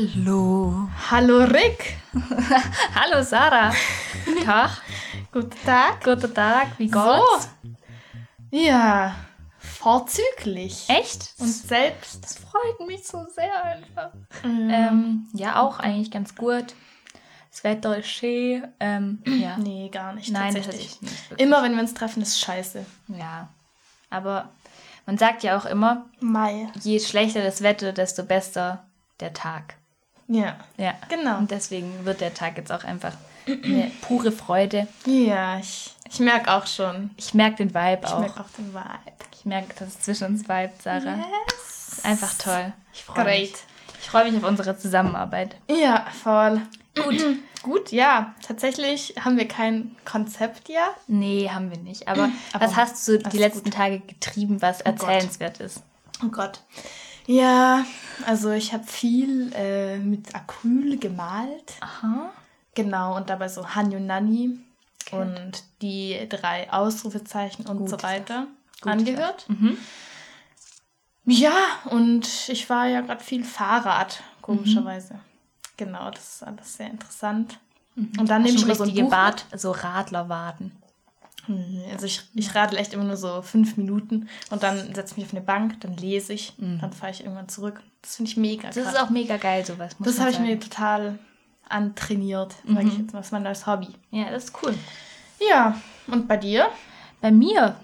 Hallo. Hallo Rick. Hallo Sarah. Guten Tag. Guten Tag. Guten Tag. Wie geht's? So. Ja, vorzüglich. Echt? Und selbst? Das freut mich so sehr einfach. Mm. Ja, auch eigentlich ganz gut. Das Wetter ist schön. Ja. Nee, gar nicht. Nein, tatsächlich. tatsächlich nicht. Wirklich. Immer wenn wir uns treffen, ist scheiße. Ja. Aber man sagt ja auch immer, Mai. je schlechter das Wetter, desto besser der Tag. Ja. Ja. Genau. Und deswegen wird der Tag jetzt auch einfach eine pure Freude. Ja, ich merke auch schon. Ich merke den Vibe Ich auch. merke auch den Vibe. Ich merke, dass es zwischen uns vibet, Sarah. Yes. Ist einfach toll. Ich freue Great. mich. Ich freue mich auf unsere Zusammenarbeit. Ja, voll. Gut, ja. Tatsächlich haben wir kein Konzept, ja. Nee, haben wir nicht. Aber Aber was hast du das die ist letzten gut. Tage getrieben, was Gott. erzählenswert ist? Oh Gott. Ja, also ich habe viel mit Acryl gemalt. Aha. Genau, und dabei so Hanyo Nani und die 3 Ausrufezeichen und Gut so weiter Gut angehört. Mhm. Ja, und ich war ja gerade viel Fahrrad, komischerweise. Genau, das ist alles sehr interessant. Und dann nehme ich immer so ein richtige Buch mit. so Radlerwaden. Also ich radel echt immer nur so 5 Minuten und dann setze ich mich auf eine Bank, dann lese ich, dann fahre ich irgendwann zurück. Das finde ich mega Das krass. ist auch mega geil, sowas. Muss Das man habe ich sagen. mir total antrainiert, sage ich jetzt mal. Das ist mein neues Hobby. Ja, das ist cool. Ja, und bei dir, Bei mir?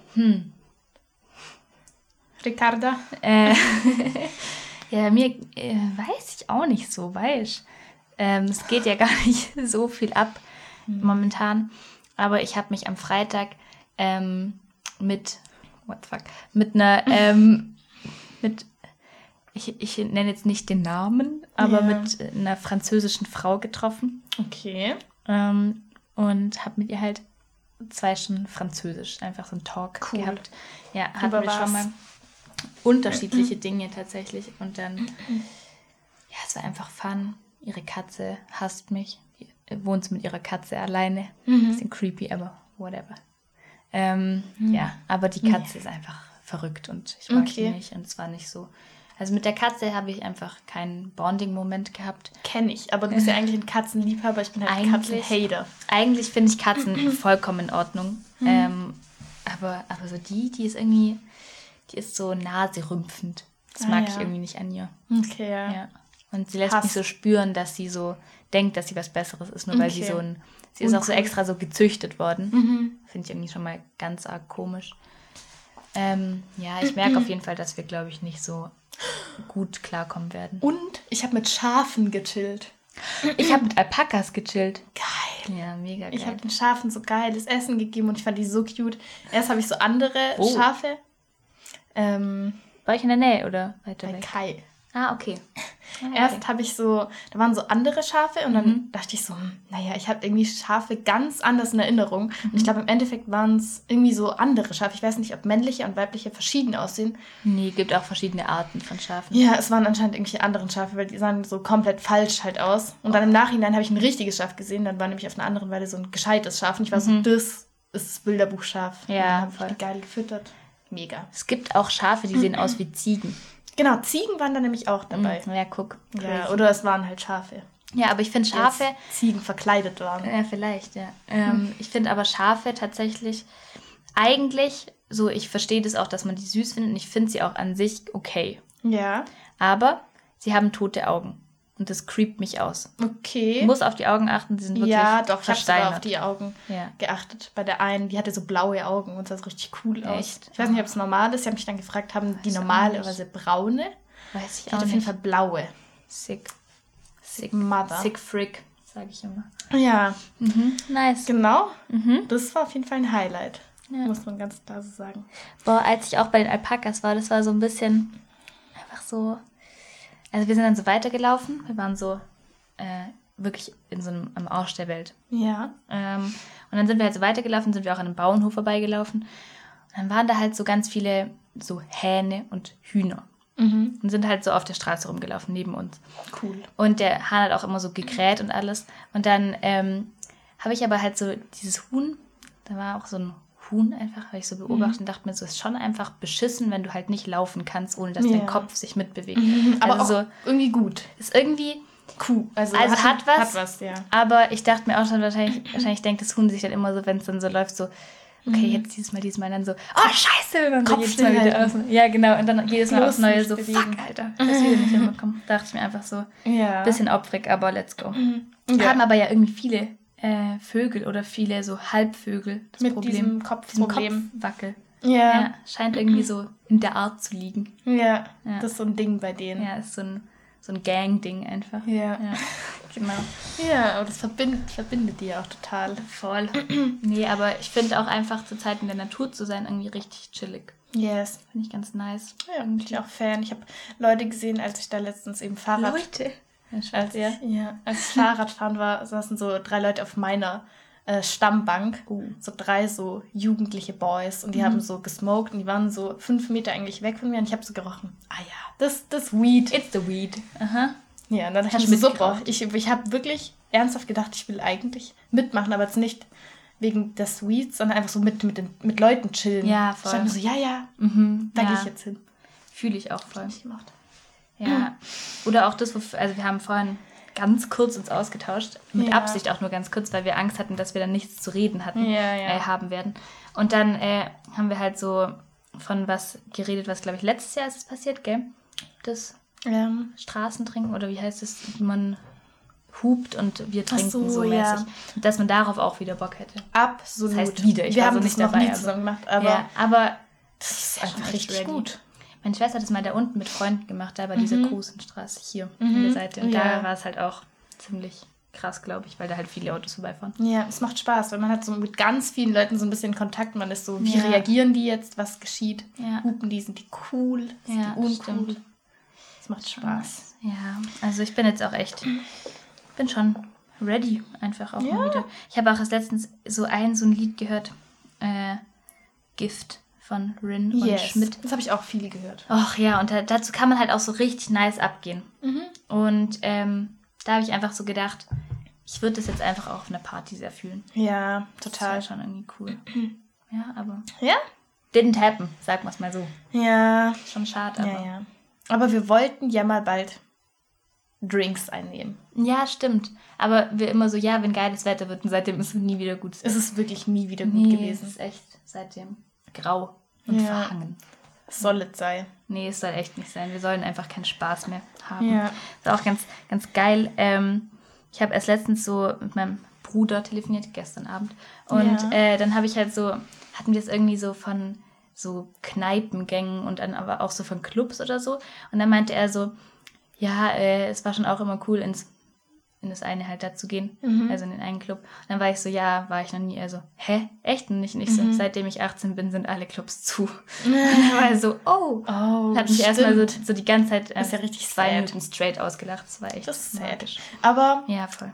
Ricarda? Ja, mir weiß ich auch nicht so, weißt es geht ja gar nicht so viel ab momentan. Aber ich habe mich am Freitag mit einer, ich nenne jetzt nicht den Namen, aber Ja. mit einer französischen Frau getroffen. Okay. Und habe mit ihr halt 2 Stunden Französisch, einfach so einen Talk Cool. gehabt. Ja, hatten Über wir schon was? mal unterschiedliche Dinge tatsächlich. Und dann, ja, es war einfach fun. Ihre Katze hasst mich. Die wohnt mit ihrer Katze alleine. Bisschen creepy, aber whatever. Ja, aber die Katze ist einfach verrückt und ich mag die Okay. nicht. Und es war nicht so. Also mit der Katze habe ich einfach keinen Bonding-Moment gehabt. Kenne ich, aber du bist ja eigentlich ein Katzenliebhaber, ich bin halt ein Eigentlich. Katzenhater. Eigentlich finde ich Katzen vollkommen in Ordnung. Aber so die ist irgendwie, die ist so naserümpfend. Das mag ich ja. irgendwie nicht an ihr. Okay, ja. Ja. Und sie lässt Hass. mich so spüren, dass sie so denkt, dass sie was Besseres ist, nur weil sie Okay. sie ist auch so Uncool. extra so gezüchtet worden. Finde ich irgendwie schon mal ganz arg komisch. Ja, ich merke auf jeden Fall, dass wir, glaube ich, nicht so gut klarkommen werden. Und ich habe mit Schafen gechillt. Ich habe mit Alpakas gechillt. Geil. Ja, mega geil. Ich habe den Schafen so geiles Essen gegeben und ich fand die so cute. Erst habe ich so andere Oh. Schafe. War ich in der Nähe oder weiter Bei weg? Kai. Ah, okay. Erst habe ich so, da waren so andere Schafe und dann dachte ich so, naja, ich habe irgendwie Schafe ganz anders in Erinnerung. Und ich glaube, im Endeffekt waren es irgendwie so andere Schafe. Ich weiß nicht, ob männliche und weibliche verschieden aussehen. Nee, gibt auch verschiedene Arten von Schafen. Ja, es waren anscheinend irgendwelche anderen Schafe, weil die sahen so komplett falsch halt aus. Und dann im Nachhinein habe ich ein richtiges Schaf gesehen. Dann war nämlich auf einer anderen Weide so ein gescheites Schaf. Und ich war so, das ist das Bilderbuchschaf. Ja, und dann habe ich voll. die geil gefüttert. Mega. Es gibt auch Schafe, die sehen aus wie Ziegen. Genau, Ziegen waren da nämlich auch dabei. Ja, guck. Ja, Crazy. oder es waren halt Schafe. Ja, aber ich finde die Schafe... als Ziegen verkleidet waren. Ja, vielleicht, ja. Ich finde aber Schafe tatsächlich eigentlich, so ich verstehe das auch, dass man die süß findet und ich finde sie auch an sich okay. Ja, Aber sie haben tote Augen und das creept mich aus. okay. Du musst auf die Augen achten, sie sind wirklich Ja, doch, ich habe sogar versteinert. auf die Augen Ja. geachtet. Bei der einen, die hatte so blaue Augen und sah so richtig cool aus. Echt? Ich weiß nicht, ob es normal ist. Sie haben mich dann gefragt, haben die Weiß auch normalerweise braune? Weiß Ich ich hatte auch auf jeden nicht. Fall blaue. Sick. Mother. Sick Freak, sage ich immer. Ja, Nice. genau. Das war auf jeden Fall ein Highlight. Ja. Muss man ganz klar so sagen. Boah, als ich auch bei den Alpakas war, das war so ein bisschen einfach so. Also wir sind dann so weitergelaufen. Wir waren so wirklich in so einem am Arsch der Welt. Ja. Und dann sind wir halt so weitergelaufen, sind wir auch an einem Bauernhof vorbeigelaufen. Und dann waren da halt so ganz viele so Hähne und Hühner. Und sind halt so auf der Straße rumgelaufen neben uns. Cool. Und der Hahn hat auch immer so gekräht und alles. Und dann habe ich aber halt so dieses Huhn, da war auch so ein Huhn einfach, habe ich so beobachtet und dachte mir so, ist schon einfach beschissen, wenn du halt nicht laufen kannst, ohne dass dein Kopf sich mitbewegt. Aber Also auch irgendwie gut. ist irgendwie, Kuh. Also hat was. Hat was, ja. Aber ich dachte mir auch schon, wahrscheinlich denkt das Huhn sich dann immer so, wenn es dann so läuft, so, okay, jetzt dieses Mal, dann so, oh, scheiße, und dann so jedes Mal wieder aus. Ja, genau, und dann jedes Mal aufs Neue so, fuck, Alter, das will ich nicht hinbekommen. Da dachte ich mir einfach so, bisschen opfrig, aber let's go. Wir haben aber ja irgendwie viele Vögel oder viele so Halbvögel. Das mit Problem, diesem Kopfproblem. Kopfwackel. Ja. Scheint irgendwie so in der Art zu liegen. Ja, das ist so ein Ding bei denen. Ja, ist so ein Gang-Ding einfach. Ja. Genau. Ja, aber das verbindet die ja auch total. Voll. Nee, aber ich finde auch einfach zur Zeit in der Natur zu sein irgendwie richtig chillig. Yes. Finde ich ganz nice. Ja, bin ich auch Fan. Ich habe Leute gesehen, als ich da letztens eben Fahrrad... Leute? Als ich Fahrradfahren war, saßen so 3 Leute auf meiner Stammbank. So 3 so jugendliche Boys. Und die haben so gesmoked und die waren so 5 Meter eigentlich weg von mir. Und ich habe so gerochen. Ah ja, das Weed. It's the weed. Aha. Ja, und dann dachte ich mir, super. Ich habe wirklich ernsthaft gedacht, ich will eigentlich mitmachen, aber jetzt nicht wegen des Weeds, sondern einfach so mit Leuten chillen. Ja, voll. Ich dachte mir so, da gehe ich jetzt hin. Fühle ich auch voll. Ich gemacht. Ja. Oder auch das, also wir haben vorhin ganz kurz uns ausgetauscht, mit Absicht auch nur ganz kurz, weil wir Angst hatten, dass wir dann nichts zu reden haben werden. Und dann haben wir halt so von was geredet, was, glaube ich, letztes Jahr ist es passiert, gell? Das Straßentrinken, oder wie heißt es? Man hupt und wir trinken so mäßig. Und dass man darauf auch wieder Bock hätte. Absolut. Das heißt wieder. Wir haben das noch nie zusammen gemacht, aber das ist einfach richtig gut. Meine Schwester hat das mal da unten mit Freunden gemacht, da bei dieser Kusenstraße hier an der Seite. Und da war es halt auch ziemlich krass, glaube ich, weil da halt viele Autos vorbeifahren. Ja, es macht Spaß, weil man hat so mit ganz vielen Leuten so ein bisschen Kontakt. Man ist so, wie reagieren die jetzt, was geschieht? Hupen die, sind die cool, sind die uncool? Stimmt. Es macht Spaß. Ja, also ich bin jetzt auch echt, bin schon ready einfach auch mal wieder. Ich habe auch erst letztens so ein Lied gehört, Gift von Rin und Schmidt. Das habe ich auch viel gehört. Ach ja, und dazu kann man halt auch so richtig nice abgehen. Und da habe ich einfach so gedacht, ich würde das jetzt einfach auch auf einer Party sehr fühlen. Ja, total. Das wäre schon irgendwie cool. Ja, aber... Ja? Didn't happen, sagen wir es mal so. Ja. Schon schade, aber... Ja. Aber wir wollten ja mal bald Drinks einnehmen. Ja, stimmt. Aber wir immer so, wenn geiles Wetter wird, und seitdem ist es nie wieder gut. Es ist wirklich nie wieder gut gewesen. Es ist echt seitdem grau und verhangen. Soll es sein. Nee, es soll echt nicht sein. Wir sollen einfach keinen Spaß mehr haben. Ja. Das ist auch ganz, ganz geil. Ich habe erst letztens so mit meinem Bruder telefoniert, gestern Abend. Und dann habe ich halt so, hatten wir es irgendwie so von so Kneipengängen und dann aber auch so von Clubs oder so. Und dann meinte er so, es war schon auch immer cool, in das eine halt da zu gehen, also in den einen Club. Und dann war ich so, war ich noch nie. Also, hä? Echt? Und nicht so, seitdem ich 18 bin, sind alle Clubs zu. Und dann war ich so, hat mich erstmal so die ganze Zeit ist ja richtig 2 Minuten straight ausgelacht. Das war echt sad. Aber, voll.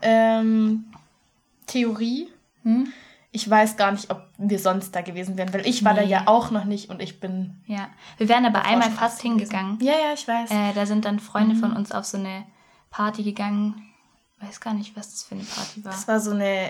Theorie, ich weiß gar nicht, ob wir sonst da gewesen wären, weil ich war da ja auch noch nicht und ich bin... Ja, wir wären aber einmal fast hingegangen. Ja, ich weiß. Da sind dann Freunde von uns auf so eine Party gegangen. Weiß gar nicht, was das für eine Party war. Das war so eine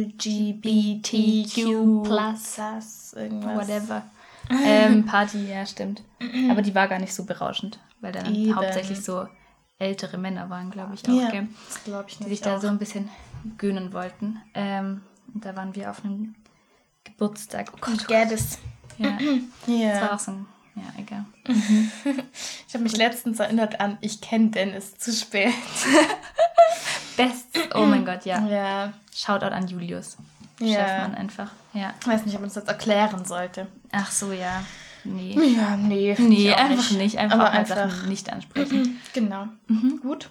LGBTQ+ irgendwas. Whatever. Party, ja, stimmt. Aber die war gar nicht so berauschend, weil da hauptsächlich so ältere Männer waren, glaube ich, auch, gell? Das glaube ich nicht. Die sich da so ein bisschen gönnen wollten. Und da waren wir auf einem Geburtstag. Oh Gott. Das war auch so ein... Ja, egal. Ich habe mich letztens erinnert an Ich kenne Dennis zu spät. Best. Oh mein Gott, ja. Ja. Shoutout an Julius. Chefmann einfach. Ja. Ich weiß nicht, ob man das jetzt erklären sollte. Ach so, ja. Nee. Ja, nee. Nee, einfach nicht. Einfach Sachen nicht ansprechen. Genau. Gut.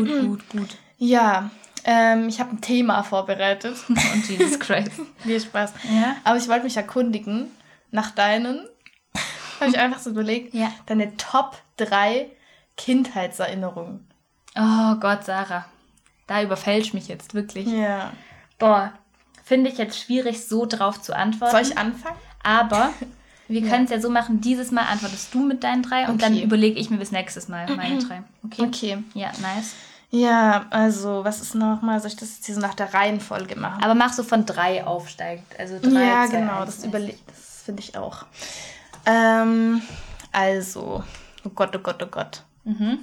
Ja, ich habe ein Thema vorbereitet. Und Jesus Christ. Nee, Spaß. Ja? Aber ich wollte mich erkundigen nach deinen. Habe ich einfach so überlegt, deine Top 3 Kindheitserinnerungen. Oh Gott, Sarah. Da überfällst mich jetzt wirklich. Ja. Boah, finde ich jetzt schwierig, so drauf zu antworten. Soll ich anfangen? Aber wir können es ja so machen, dieses Mal antwortest du mit deinen 3 und dann überlege ich mir bis nächstes Mal meine 3. Okay. Ja, nice. Ja, also, was ist nochmal? Soll ich das jetzt hier so nach der Reihenfolge machen? Aber mach so von 3 aufsteigend. Also 3, ja, 2, genau, 1, das finde ich auch. Also, oh Gott.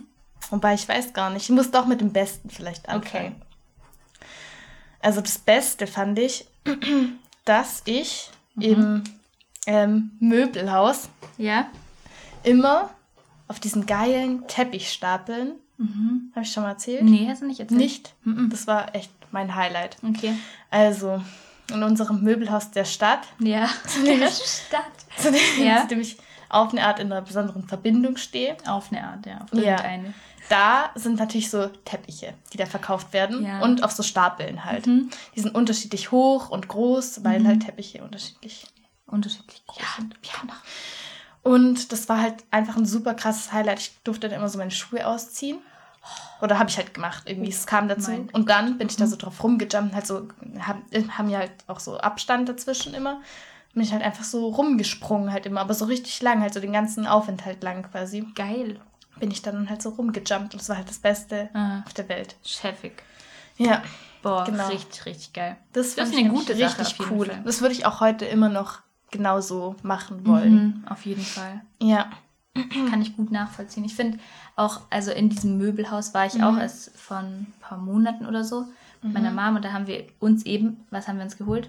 Wobei, ich weiß gar nicht. Ich muss doch mit dem Besten vielleicht anfangen. Okay. Also das Beste fand ich, dass ich im Möbelhaus immer auf diesen geilen Teppichstapeln, habe ich schon mal erzählt? Nee, hast du nicht erzählt? Nicht? Das war echt mein Highlight. Okay. Also in unserem Möbelhaus der Stadt, Ja, zu dem ich auf eine Art in einer besonderen Verbindung stehe. Auf eine Art, ja. Auf irgendeine. Da sind natürlich so Teppiche, die da verkauft werden. Ja. Und auf so Stapeln halt. Die sind unterschiedlich hoch und groß, weil halt Teppiche unterschiedlich groß sind. Ja. Und das war halt einfach ein super krasses Highlight. Ich durfte dann immer so meine Schuhe ausziehen. Oder habe ich halt gemacht. Irgendwie, es kam dazu. Und dann bin ich da so drauf rumgejumpt. Halt so, haben ja halt auch so Abstand dazwischen immer. Bin ich halt einfach so rumgesprungen halt immer. Aber so richtig lang, halt so den ganzen Aufenthalt lang quasi. Geil. Bin ich dann halt so rumgejumpt. Und das war halt das Beste auf der Welt. Chefig. Ja. Boah, genau. Richtig, richtig geil. Das ist ist eine gute Sache. Richtig cool. Das würde ich auch heute immer noch genauso machen wollen. Auf jeden Fall. Ja. Kann ich gut nachvollziehen. Ich finde auch, also in diesem Möbelhaus war ich auch erst vor ein paar Monaten oder so mit meiner Mom und da haben wir uns was haben wir uns geholt?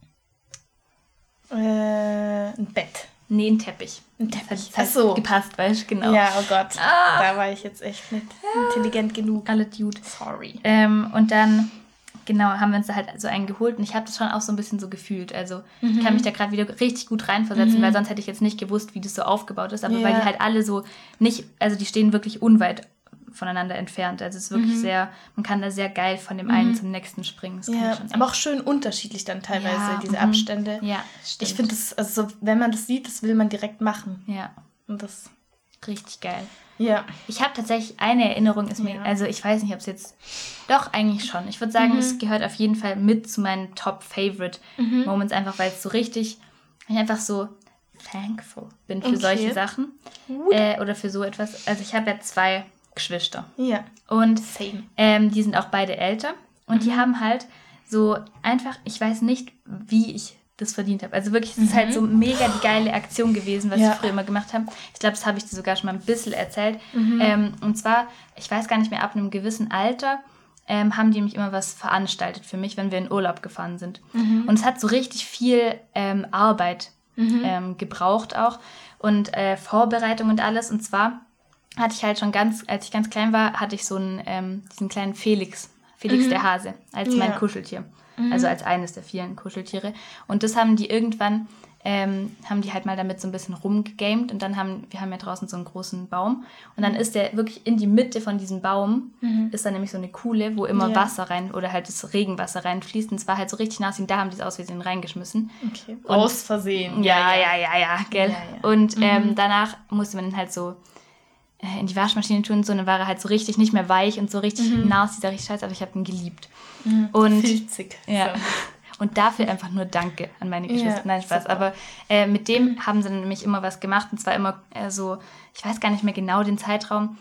Ein Bett. Nee, ein Teppich. Ein Teppich. Das hat gepasst, weißt du, genau. Ja, oh Gott. Da war ich jetzt echt nicht intelligent genug. Alles gut. Sorry. Und dann, genau, haben wir uns da halt so einen geholt und ich habe das schon auch so ein bisschen so gefühlt. Also ich kann mich da gerade wieder richtig gut reinversetzen, weil sonst hätte ich jetzt nicht gewusst, wie das so aufgebaut ist. Aber weil die halt alle so nicht, also die stehen wirklich unweit voneinander entfernt. Also es ist wirklich sehr, man kann da sehr geil von dem einen zum nächsten springen. Das kann ich schon aber auch schön unterschiedlich dann teilweise, diese Abstände. Ja, stimmt. Ich finde das, also so, wenn man das sieht, das will man direkt machen. Ja. Und das... Richtig geil. Ja. Ich habe tatsächlich eine Erinnerung, ist mir, also ich weiß nicht, ob es jetzt, doch eigentlich schon. Ich würde sagen, es gehört auf jeden Fall mit zu meinen Top-Favorite-Moments, einfach weil es so richtig, ich einfach so thankful bin für solche Sachen. Oder für so etwas. Also ich habe ja 2 Geschwister. Ja. Und Same. Die sind auch beide älter. Und die haben halt so einfach, ich weiß nicht, wie ich das verdient habe. Also wirklich, es ist halt so mega die geile Aktion gewesen, was wir früher immer gemacht haben. Ich glaube, das habe ich dir sogar schon mal ein bisschen erzählt. Und zwar, ich weiß gar nicht mehr, ab einem gewissen Alter haben die nämlich immer was veranstaltet für mich, wenn wir in Urlaub gefahren sind. Und es hat so richtig viel Arbeit gebraucht auch und Vorbereitung und alles. Und zwar hatte ich halt schon als ich ganz klein war, hatte ich so diesen kleinen Felix der Hase, als mein Kuscheltier. Also als eines der vielen Kuscheltiere. Und das haben die irgendwann, haben die halt mal damit so ein bisschen rumgegamed. Und dann wir haben ja draußen so einen großen Baum. Und dann ist der wirklich in die Mitte von diesem Baum, ist da nämlich so eine Kuhle, wo immer Wasser rein, oder halt das Regenwasser reinfließt. Und es war halt so richtig nass. Und da haben die es aus Versehen reingeschmissen. Okay. Aus Versehen. Ja, gell. Ja. Und danach musste man dann halt so in die Waschmaschine tun und so, und dann war er halt so richtig nicht mehr weich und so richtig nass, dieser richtig scheiße, aber ich habe ihn geliebt. Und filzig. Ja. Und dafür einfach nur Danke an meine Geschwister. Nein, Spaß. Super. Aber mit dem haben sie nämlich immer was gemacht, und zwar immer so, ich weiß gar nicht mehr genau den Zeitraum,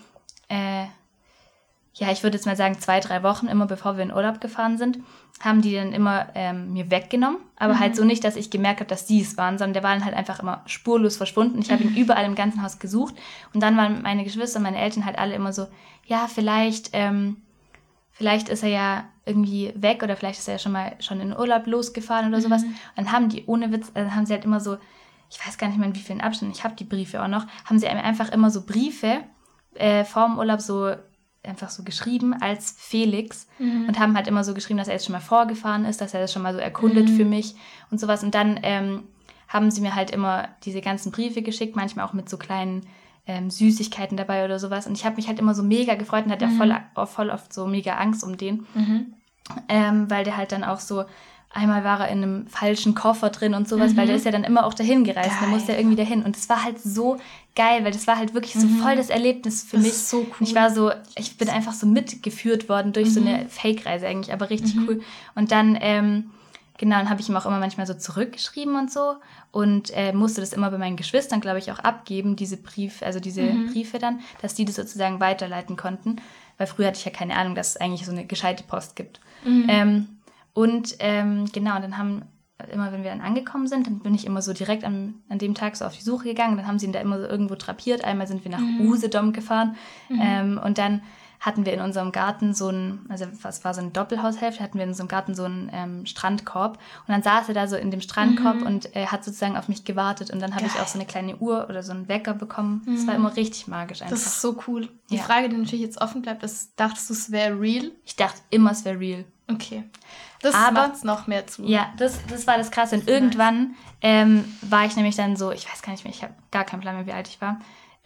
ich würde jetzt mal sagen 2-3 Wochen, immer bevor wir in Urlaub gefahren sind, haben die dann immer mir weggenommen. Aber halt so nicht, dass ich gemerkt habe, dass die es waren, sondern der war dann halt einfach immer spurlos verschwunden. Ich habe ihn überall im ganzen Haus gesucht. Und dann waren meine Geschwister und meine Eltern halt alle immer so, ja, vielleicht ist er ja irgendwie weg oder vielleicht ist er ja schon in Urlaub losgefahren oder sowas. Und dann haben die, ohne Witz, haben sie halt immer so, ich weiß gar nicht mehr in wie vielen Abständen, ich habe die Briefe auch noch, haben sie einfach immer so Briefe vorm Urlaub so einfach so geschrieben als Felix und haben halt immer so geschrieben, dass er jetzt schon mal vorgefahren ist, dass er das schon mal so erkundet für mich und sowas. Und dann haben sie mir halt immer diese ganzen Briefe geschickt, manchmal auch mit so kleinen Süßigkeiten dabei oder sowas. Und ich habe mich halt immer so mega gefreut und hatte voll oft so mega Angst um den, weil der halt dann auch so, einmal war er in einem falschen Koffer drin und sowas, weil der ist ja dann immer auch dahin gereist, der musste ja irgendwie dahin. Und das war halt so geil, weil das war halt wirklich so voll das Erlebnis für mich. So cool. Und ich bin einfach so mitgeführt worden durch so eine Fake-Reise eigentlich, aber richtig cool. Und dann, dann habe ich ihm auch immer manchmal so zurückgeschrieben und so und musste das immer bei meinen Geschwistern, glaube ich, auch abgeben, diese Briefe dann, dass die das sozusagen weiterleiten konnten, weil früher hatte ich ja keine Ahnung, dass es eigentlich so eine gescheite Post gibt. Und dann immer wenn wir dann angekommen sind, dann bin ich immer so direkt an dem Tag so auf die Suche gegangen. Dann haben sie ihn da immer so irgendwo drapiert. Einmal sind wir nach Usedom gefahren. Und dann hatten wir in unserem Garten so was war so eine Doppelhaushälfte, hatten wir in unserem Garten so einen Strandkorb. Und dann saß er da so in dem Strandkorb und hat sozusagen auf mich gewartet. Und dann habe ich auch so eine kleine Uhr oder so einen Wecker bekommen. Das war immer richtig magisch einfach. Das ist so cool. Die Frage, die natürlich jetzt offen bleibt, ist, dachtest du, es wäre real? Ich dachte immer, es wäre real. Okay. Das macht's noch mehr zu. Ja, das war das Krasse. Und irgendwann war ich nämlich dann so, ich weiß gar nicht mehr, ich habe gar keinen Plan mehr, wie alt ich war.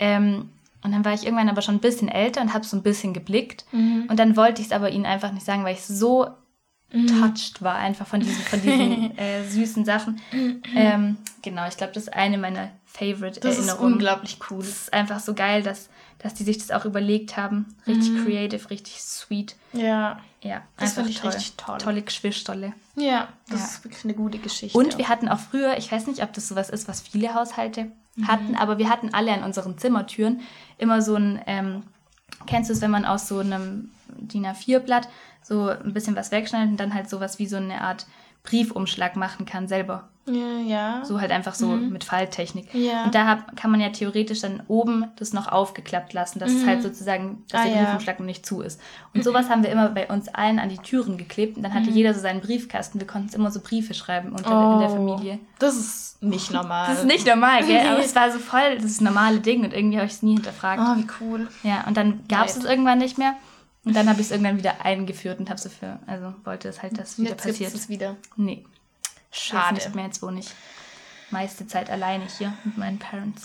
Und dann war ich irgendwann aber schon ein bisschen älter und habe so ein bisschen geblickt. Und dann wollte ich es aber ihnen einfach nicht sagen, weil ich so touched war einfach von diesen süßen Sachen. Genau, ich glaube, das ist eine meiner Favorite-Erinnerungen. Das ist unglaublich cool. Das ist einfach so geil, dass die sich das auch überlegt haben. Richtig creative, richtig sweet. Ja. Ja, das finde ich toll. richtig toll. Tolle Geschwisterle. Ja, das ist wirklich eine gute Geschichte. Und wir hatten auch früher, ich weiß nicht, ob das sowas ist, was viele Haushalte hatten, aber wir hatten alle an unseren Zimmertüren immer so ein, kennst du es, wenn man aus so einem DIN A4-Blatt so ein bisschen was wegschneidet und dann halt sowas wie so eine Art Briefumschlag machen kann selber. Ja. So halt einfach so mit Falttechnik. Ja. Und da kann man ja theoretisch dann oben das noch aufgeklappt lassen, dass es halt sozusagen, dass der Briefumschlag noch nicht zu ist. Und sowas haben wir immer bei uns allen an die Türen geklebt und dann hatte jeder so seinen Briefkasten. Wir konnten immer so Briefe schreiben in der Familie. Das ist nicht normal. Das ist nicht normal, gell? Aber es war so voll das normale Ding und irgendwie habe ich es nie hinterfragt. Oh, wie cool. Ja, und dann gab es irgendwann nicht mehr. Und dann habe ich es irgendwann wieder eingeführt und wollte es halt, dass wieder passiert. Jetzt ist es wieder. Nee. Schade. Jetzt nicht mehr, jetzt wohne ich meiste Zeit alleine hier mit meinen Parents.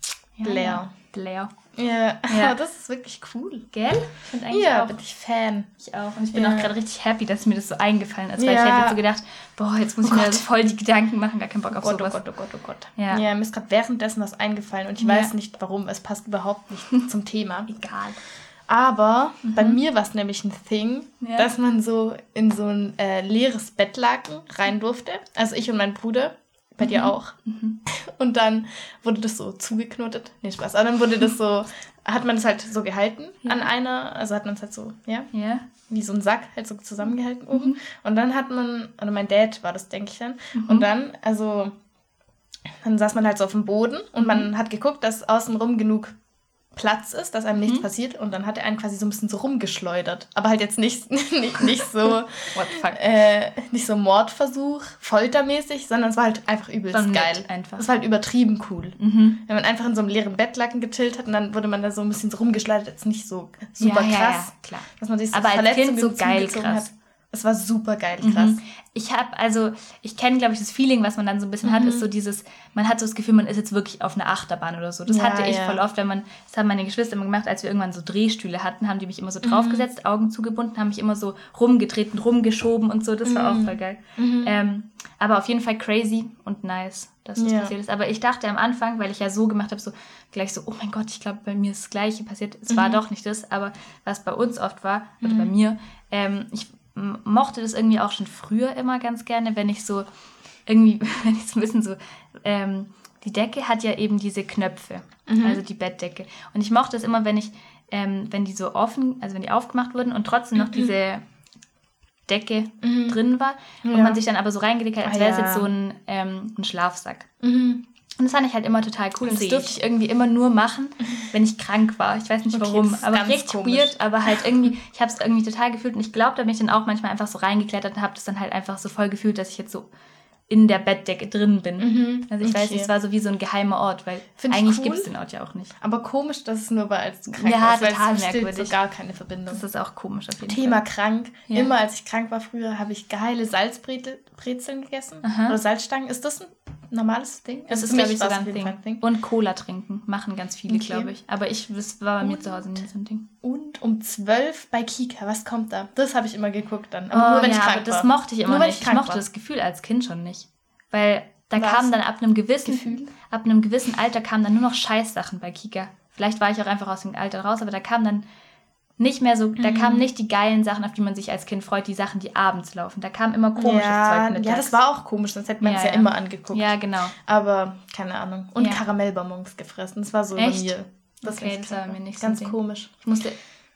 Ja, Blair. Ja. Ja, das ist wirklich cool. Gell? Ich finde eigentlich Ja, auch. bin ich Fan. Ich auch. Und ich bin auch gerade richtig happy, dass mir das so eingefallen ist. Weil ich hätte jetzt so gedacht, jetzt muss ich mir voll die Gedanken machen, gar keinen Bock auf sowas. Oh Gott. Ja. Ja, mir ist gerade währenddessen was eingefallen und ich weiß nicht warum. Es passt überhaupt nicht zum Thema. Egal. Aber bei mir war es nämlich ein Thing, dass man so in so ein leeres Bettlaken rein durfte. Also ich und mein Bruder, bei dir auch. Und dann wurde das so zugeknotet. Nee, Spaß. Aber dann wurde das so, hat man das halt so gehalten an einer, also hat man es halt so, wie so ein Sack halt so zusammengehalten oben. Und dann hat man, also mein Dad war das, denke ich dann. Und dann, dann saß man halt so auf dem Boden und man hat geguckt, dass außenrum genug Platz ist, dass einem nichts passiert und dann hat er einen quasi so ein bisschen so rumgeschleudert. Aber halt jetzt nicht so What the fuck? Nicht so Mordversuch, foltermäßig, sondern es war halt einfach übelst Dann geil. einfach. Es war halt übertrieben cool. Wenn man einfach in so einem leeren Bettlaken gechillt hat und dann wurde man da so ein bisschen so rumgeschleudert, jetzt nicht so super krass. Ja, klar. Dass man sich so aber als Verletzungen Kind so geil zugezogen krass. hat. Es war super geil krass. Ich kenne, glaube ich, das Feeling, was man dann so ein bisschen hat, ist so dieses, man hat so das Gefühl, man ist jetzt wirklich auf einer Achterbahn oder so. Das hatte ich voll oft, das haben meine Geschwister immer gemacht, als wir irgendwann so Drehstühle hatten, haben die mich immer so draufgesetzt, Augen zugebunden, haben mich immer so rumgetreten, rumgeschoben und so. Das war auch voll geil. Aber auf jeden Fall crazy und nice, dass das passiert ist. Aber ich dachte am Anfang, weil ich ja so gemacht habe, so gleich so, oh mein Gott, ich glaube, bei mir ist das Gleiche passiert. Es war doch nicht das, aber was bei uns oft war, oder bei mir, ich mochte das irgendwie auch schon früher immer ganz gerne, wenn ich so irgendwie, wenn ich so ein bisschen so, die Decke hat ja eben diese Knöpfe, also die Bettdecke. Und ich mochte es immer, wenn die so offen, also wenn die aufgemacht wurden und trotzdem noch diese Decke drin war und man sich dann aber so reingelegt hat, als wäre es jetzt so ein Schlafsack. Und das fand ich halt immer total cool. Und das durfte ich irgendwie immer nur machen, wenn ich krank war. Ich weiß nicht warum, aber richtig weird. Aber halt irgendwie, ich habe es irgendwie total gefühlt. Und ich glaube, da bin ich dann auch manchmal einfach so reingeklettert und habe das dann halt einfach so voll gefühlt, dass ich jetzt so in der Bettdecke drin bin. Also ich weiß nicht, es war so wie so ein geheimer Ort, weil eigentlich gibt es den Ort ja auch nicht. Aber komisch, dass es nur war, als du krank warst. Ja, total merkwürdig. So gar keine Verbindung. Das ist auch komisch auf jeden Thema Fall. krank. Ja. Immer als ich krank war früher, habe ich geile Salzbrezeln gegessen. Oder Salzstangen. Ist das ein normales Ding? Das ist, glaube ich, sogar ein Ding. Und Cola trinken machen ganz viele, glaube ich. Aber das war bei mir zu Hause nie so ein Ding. Und um 12 bei Kika, was kommt da? Das habe ich immer geguckt dann. Aber nur wenn ich krank war. Das mochte ich immer nicht. Ich mochte das Gefühl als Kind schon nicht. Weil da kam dann ab einem gewissen Alter kamen dann nur noch Scheißsachen bei Kika. Vielleicht war ich auch einfach aus dem Alter raus, aber da kam dann nicht mehr so, da kamen nicht die geilen Sachen, auf die man sich als Kind freut, die Sachen, die abends laufen. Da kam immer komisches Zeug mit. Ja, das war auch komisch, sonst hätte man es ja immer angeguckt. Ja, genau. Aber keine Ahnung. Und Karamellbonbons gefressen. Das war so bei mir. Das war mir nicht ganz so komisch. Ich musste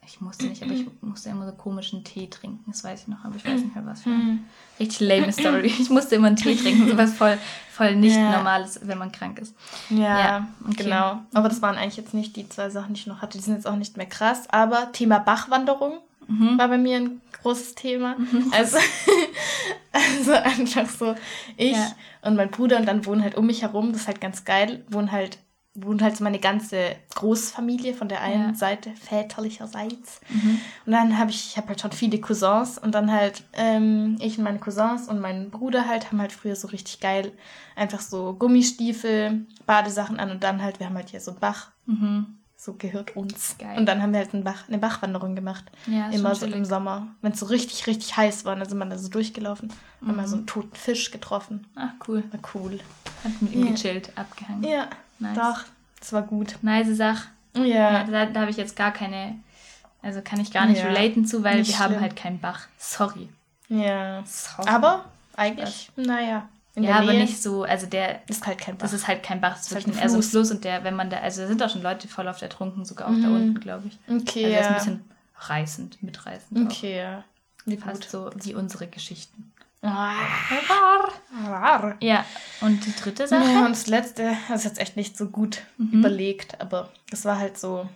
Ich musste nicht, aber ich musste immer so komischen Tee trinken. Das weiß ich noch, aber ich weiß nicht mehr, was für eine richtig lame Story. Ich musste immer einen Tee trinken, sowas voll nicht Normales, wenn man krank ist. Ja, okay. Genau. Aber das waren eigentlich jetzt nicht die 2 Sachen, die ich noch hatte. Die sind jetzt auch nicht mehr krass. Aber Thema Bachwanderung war bei mir ein großes Thema. Also einfach so, ich und mein Bruder und dann wohnen halt um mich herum, das ist halt ganz geil, wohnt halt so meine ganze Großfamilie von der einen Seite, väterlicherseits. Und dann habe ich halt schon viele Cousins und dann halt ich und meine Cousins und mein Bruder halt haben halt früher so richtig geil einfach so Gummistiefel, Badesachen an und dann halt, wir haben halt hier so einen Bach, so gehört uns. Geil. Und dann haben wir halt eine Bachwanderung gemacht, immer so im Sommer, wenn es so richtig, richtig heiß war, dann sind wir da so durchgelaufen, haben mal so einen toten Fisch getroffen. Ach, cool. War cool. Hat mit ihm gechillt, abgehangen. Ja. Nice. Doch, das war gut. Nice Sache. Ja. Da habe ich jetzt gar keine, also kann ich gar nicht relaten zu, weil nicht wir schlimm. haben halt keinen Bach. Sorry. Ja. Aber eigentlich, naja. Aber nicht so, also der ist halt kein Bach. Das ist halt kein Bach, das ist halt wirklich eher so ein Fluss und wenn man da, also da sind auch schon Leute voll oft ertrunken, sogar auch da unten, glaube ich. Okay, also das ist ein bisschen mitreißend. Okay, ja. Wie fast so wie unsere Geschichten. Ja, und die dritte Sache? Ja, und das letzte, das ist jetzt echt nicht so gut überlegt, aber das war halt so,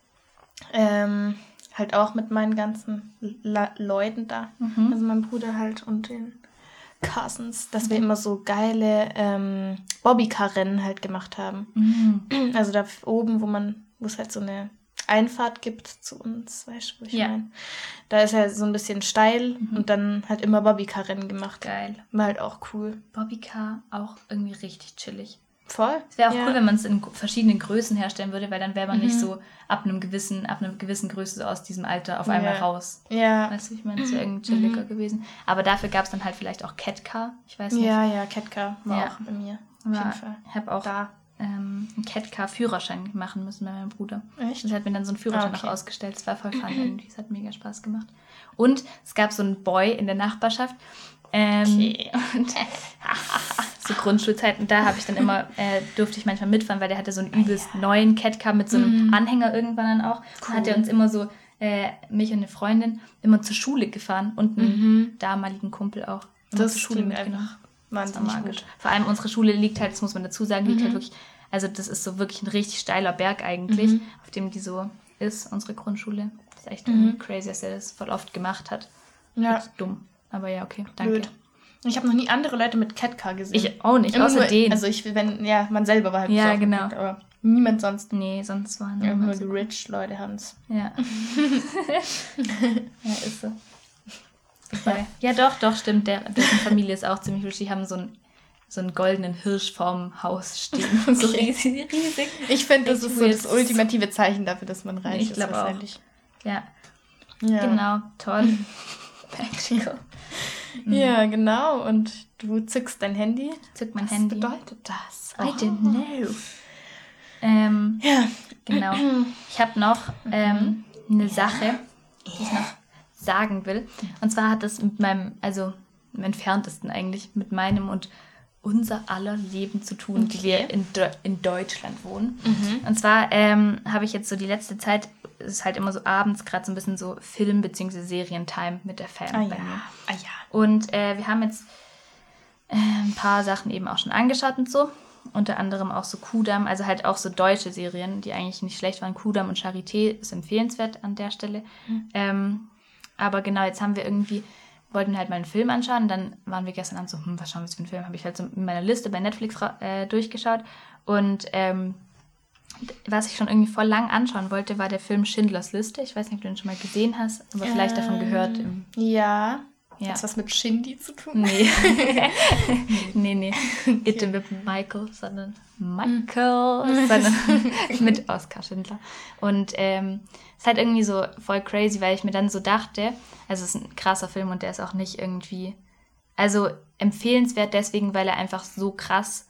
halt auch mit meinen ganzen Leuten da, also mein Bruder halt und den Cousins, dass wir immer so geile Bobbycar-Rennen halt gemacht haben. Also da oben, wo es halt so eine Einfahrt gibt zu uns, weißt du, wo ich meine? Da ist ja so ein bisschen steil und dann halt immer Bobbycar-Rennen gemacht. Geil. War halt auch cool. Bobbycar auch irgendwie richtig chillig. Voll. Es wäre auch cool, wenn man es in verschiedenen Größen herstellen würde, weil dann wäre man nicht so ab einer gewissen Größe so aus diesem Alter auf einmal raus. Ja. Weißt du, ich meine, es wäre irgendwie chilliger gewesen. Aber dafür gab es dann halt vielleicht auch Catcar. Ich weiß nicht. Ja, Catcar war auch bei mir. Auf jeden Fall. Ich habe auch einen Catcar-Führerschein machen müssen bei meinem Bruder. Echt? Und hat mir dann so einen Führerschein auch ausgestellt. Es war voll fun irgendwie. Es hat mega Spaß gemacht. Und es gab so einen Boy in der Nachbarschaft. Und so Grundschulzeiten, da habe ich dann immer, durfte ich manchmal mitfahren, weil der hatte so einen übelst neuen Catcar mit so einem Anhänger irgendwann dann auch. Cool. Dann hat er uns immer so, mich und eine Freundin, immer zur Schule gefahren und einen damaligen Kumpel auch. Das zur Schule mitgenommen. Wahnsinnig gut. Vor allem unsere Schule liegt halt, das muss man dazu sagen, liegt halt wirklich, also das ist so wirklich ein richtig steiler Berg eigentlich, auf dem die so ist, unsere Grundschule. Das ist echt crazy, dass er das voll oft gemacht hat. Ja. Wirklich dumm. Aber ja, okay, danke. Blöd. Ich habe noch nie andere Leute mit Catcar gesehen. Ich auch nicht, außer denen. Also man selber war halt ja, so genau. Aber niemand sonst. Nee, sonst waren nur die rich Leute haben es. Ja. Ja, ist so. Ja, doch, stimmt. Deren Familie ist auch ziemlich rich. Die haben so einen goldenen Hirsch vorm Haus stehen. Okay. So riesig. Ich finde, das ist so das ultimative Zeichen dafür, dass man reich ist. Ich glaube auch. Ja. Genau, toll. Magical. Ja, genau. Und du zückst dein Handy. Ich zück mein Handy. Was bedeutet das? I didn't know. Ja. Genau. Ich habe noch eine Sache, die ich noch sagen will. Und zwar hat das mit meinem, also im entferntesten eigentlich, mit meinem und unser aller Leben zu tun, die wir in Deutschland wohnen. Und zwar habe ich jetzt so die letzte Zeit, es ist halt immer so abends gerade so ein bisschen so Film- bzw. Serientime mit der Fam bei mir. Und wir haben jetzt ein paar Sachen eben auch schon angeschaut und so. Unter anderem auch so Kudamm, also halt auch so deutsche Serien, die eigentlich nicht schlecht waren. Kudamm und Charité ist empfehlenswert an der Stelle. Aber genau, jetzt haben wir wollten halt mal einen Film anschauen und dann waren wir gestern Abend so, was schauen wir jetzt für einen Film? Habe ich halt so in meiner Liste bei Netflix durchgeschaut und was ich schon irgendwie voll lang anschauen wollte, war der Film Schindlers Liste. Ich weiß nicht, ob du den schon mal gesehen hast, aber vielleicht davon gehört. Ja. Hat das was mit Shindy zu tun? Nee. Nee. Nicht mit Michael, sondern mit Oskar Schindler. Und ist halt irgendwie so voll crazy, weil ich mir dann so dachte, also es ist ein krasser Film und der ist auch nicht irgendwie, also empfehlenswert deswegen, weil er einfach so krass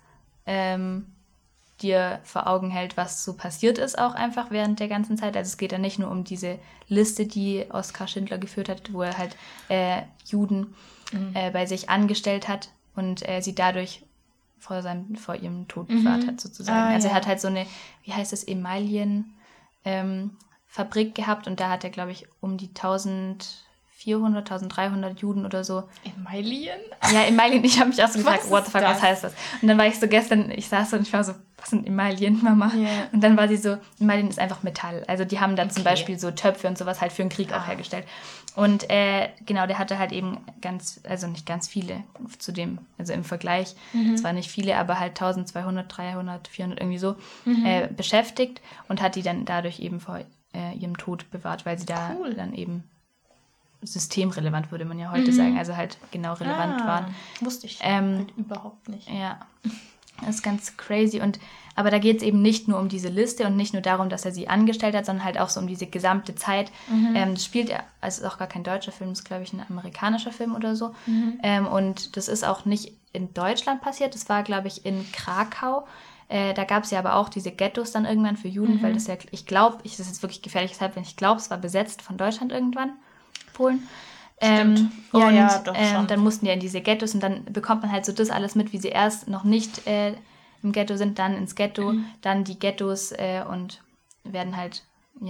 dir vor Augen hält, was so passiert ist auch einfach während der ganzen Zeit. Also es geht ja nicht nur um diese Liste, die Oskar Schindler geführt hat, wo er halt Juden bei sich angestellt hat und sie dadurch vor ihrem Tod bewahrt hat sozusagen. Also er hat halt so eine, wie heißt das, Emaillen Fabrik gehabt und da hat er, glaube ich, um die 1400, 1300 Juden oder so. Emailien? Ja, Emailien. Ich habe mich auch so gefragt, what the fuck, das? was heißt das? Und dann war ich so gestern, ich saß so und ich war so, was sind Emailien, Mama? Yeah. Und dann war sie so, Emailien ist einfach Metall. Also die haben dann zum Beispiel so Töpfe und sowas halt für den Krieg auch hergestellt. Und genau, der hatte halt eben nicht ganz viele zu dem, also im Vergleich, zwar nicht viele, aber halt 1200, 300, 400 irgendwie so beschäftigt und hat die dann dadurch eben vor ihrem Tod bewahrt, weil sie da dann eben systemrelevant, würde man ja heute sagen, also halt genau relevant waren. Wusste ich halt überhaupt nicht. Ja, das ist ganz crazy. Aber da geht es eben nicht nur um diese Liste und nicht nur darum, dass er sie angestellt hat, sondern halt auch so um diese gesamte Zeit. Das spielt ja, also ist auch gar kein deutscher Film, das ist, glaube ich, ein amerikanischer Film oder so. Und das ist auch nicht in Deutschland passiert, das war, glaube ich, in Krakau. Da gab es ja aber auch diese Ghettos dann irgendwann für Juden, weil das ja, ich glaube, das ist jetzt wirklich gefährliches Halbwissen, ich glaube, es war besetzt von Deutschland irgendwann, Polen. Stimmt. Ja, doch schon. Dann mussten die in diese Ghettos und dann bekommt man halt so das alles mit, wie sie erst noch nicht im Ghetto sind, dann ins Ghetto, dann die Ghettos und werden halt,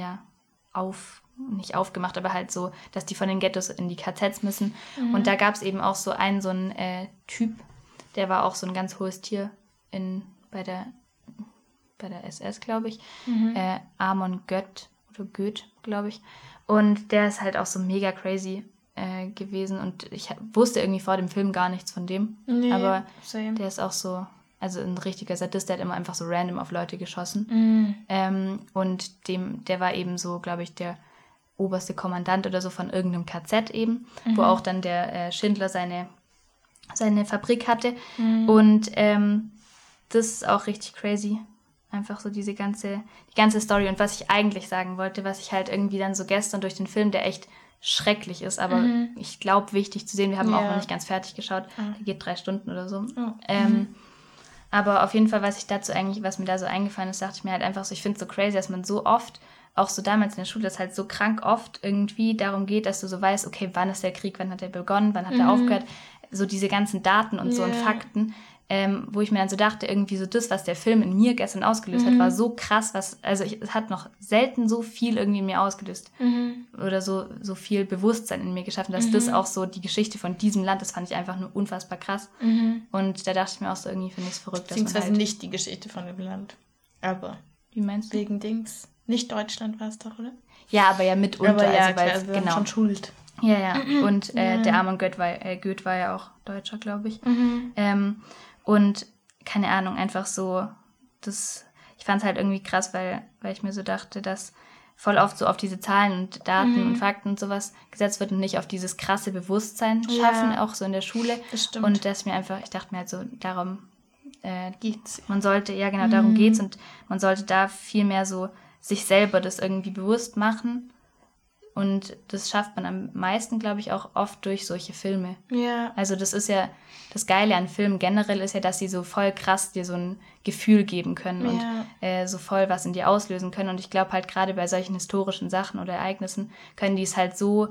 nicht aufgemacht, aber halt so, dass die von den Ghettos in die KZs müssen. Und da gab es eben auch so einen Typ, der war auch so ein ganz hohes Tier bei der SS, glaube ich. Amon Göth, glaube ich. Und der ist halt auch so mega crazy gewesen und ich wusste irgendwie vor dem Film gar nichts von dem. Nee, aber der ist auch so, also ein richtiger Sadist, der hat immer einfach so random auf Leute geschossen. Und der war eben so, glaube ich, der oberste Kommandant oder so von irgendeinem KZ eben, wo auch dann der Schindler seine Fabrik hatte. Und das ist auch richtig crazy. Einfach so die ganze Story. Und was ich eigentlich sagen wollte, was ich halt irgendwie dann so gestern durch den Film, der echt schrecklich ist, aber ich glaube, wichtig zu sehen. Wir haben auch noch nicht ganz fertig geschaut. Der geht 3 Stunden oder so. Aber auf jeden Fall, was mir da so eingefallen ist, dachte ich mir halt einfach so, ich finde es so crazy, dass man so oft, auch so damals in der Schule, dass halt so krank oft irgendwie darum geht, dass du so weißt, okay, wann ist der Krieg, wann hat der begonnen, wann hat er aufgehört, so diese ganzen Daten und so und Fakten, wo ich mir dann so dachte, irgendwie so das, was der Film in mir gestern ausgelöst hat, war so krass, es hat noch selten so viel irgendwie in mir ausgelöst oder so viel Bewusstsein in mir geschaffen, dass das auch so die Geschichte von diesem Land, das fand ich einfach nur unfassbar krass. Und da dachte ich mir auch so, irgendwie finde ich es verrückt, dass man beziehungsweise halt nicht die Geschichte von dem Land, aber wie meinst du? Wegen Dings. Nicht Deutschland war es doch, oder? Ja, aber ja mitunter. Aber ja, also wir haben schon Schuld. Ja. Und der Amon Göth war ja auch Deutscher, glaube ich. Und keine Ahnung, einfach so, ich fand es halt irgendwie krass, weil ich mir so dachte, dass voll oft so auf diese Zahlen und Daten und Fakten und sowas gesetzt wird und nicht auf dieses krasse Bewusstsein schaffen, auch so in der Schule. Das stimmt. Und ich dachte mir halt so, darum geht's. Man sollte, darum geht's und man sollte da viel mehr so sich selber das irgendwie bewusst machen. Und das schafft man am meisten, glaube ich, auch oft durch solche Filme. Ja. Also das ist ja, das Geile an Filmen generell ist ja, dass sie so voll krass dir so ein Gefühl geben können und so voll was in dir auslösen können. Und ich glaube halt gerade bei solchen historischen Sachen oder Ereignissen können die es halt so,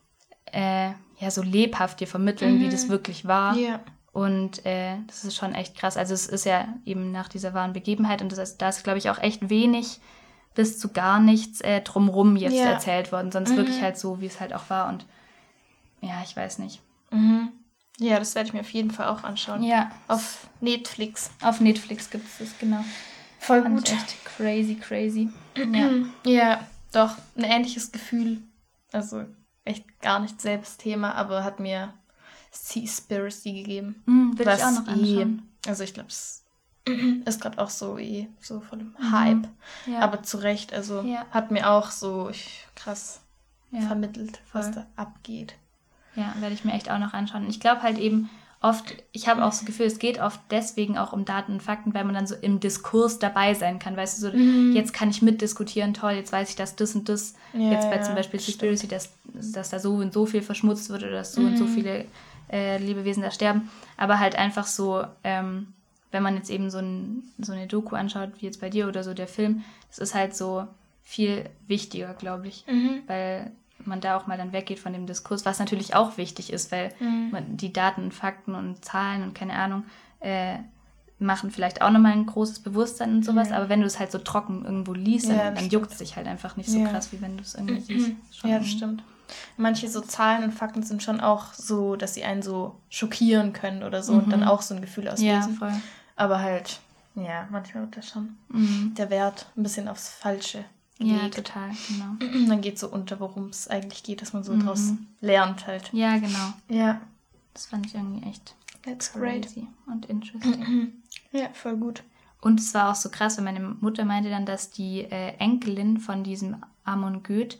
so lebhaft dir vermitteln, wie das wirklich war. Ja. Und das ist schon echt krass. Also es ist ja eben nach dieser wahren Begebenheit und da ist, glaube ich, auch echt wenig bis zu gar nichts drumrum jetzt erzählt worden, sonst wirklich halt so, wie es halt auch war und ja, ich weiß nicht. Ja, das werde ich mir auf jeden Fall auch anschauen. Ja. Auf Netflix. Auf Netflix gibt es das, genau. Voll gut. Echt crazy. Ja, doch, ein ähnliches Gefühl. Also echt gar nicht selbst Thema, aber hat mir Seaspiracy gegeben. Will ich auch noch anschauen. Also ich glaube, es ist gerade auch so voll im Hype. Ja. Aber zu Recht, also hat mir auch so krass vermittelt, was da abgeht. Ja, werde ich mir echt auch noch anschauen. Ich glaube halt eben oft, ich habe auch so das Gefühl, es geht oft deswegen auch um Daten und Fakten, weil man dann so im Diskurs dabei sein kann. Weißt du, so jetzt kann ich mitdiskutieren, toll, jetzt weiß ich, dass das und das, jetzt bei zum Beispiel Seaspiracy, dass da so und so viel verschmutzt wird oder dass so und so viele Lebewesen da sterben. Aber halt einfach so, wenn man jetzt eben so eine Doku anschaut, wie jetzt bei dir oder so der Film, das ist halt so viel wichtiger, glaube ich, weil man da auch mal dann weggeht von dem Diskurs, was natürlich auch wichtig ist, weil man die Daten und Fakten und Zahlen und keine Ahnung machen vielleicht auch nochmal ein großes Bewusstsein und sowas, aber wenn du es halt so trocken irgendwo liest, dann juckt es dich halt einfach nicht so krass, wie wenn du es irgendwie siehst. Ja, das stimmt. Manche so Zahlen und Fakten sind schon auch so, dass sie einen so schockieren können oder so und dann auch so ein Gefühl auslösen. Ja, voll. Aber halt, ja, manchmal wird das schon der Wert ein bisschen aufs Falsche gelegt. Ja, total, genau. Dann geht so unter, worum es eigentlich geht, dass man so draus lernt halt. Ja, genau. Ja. Das fand ich irgendwie echt That's crazy und interesting. Ja, voll gut. Und es war auch so krass, weil meine Mutter meinte dann, dass die Enkelin von diesem Amon Göth,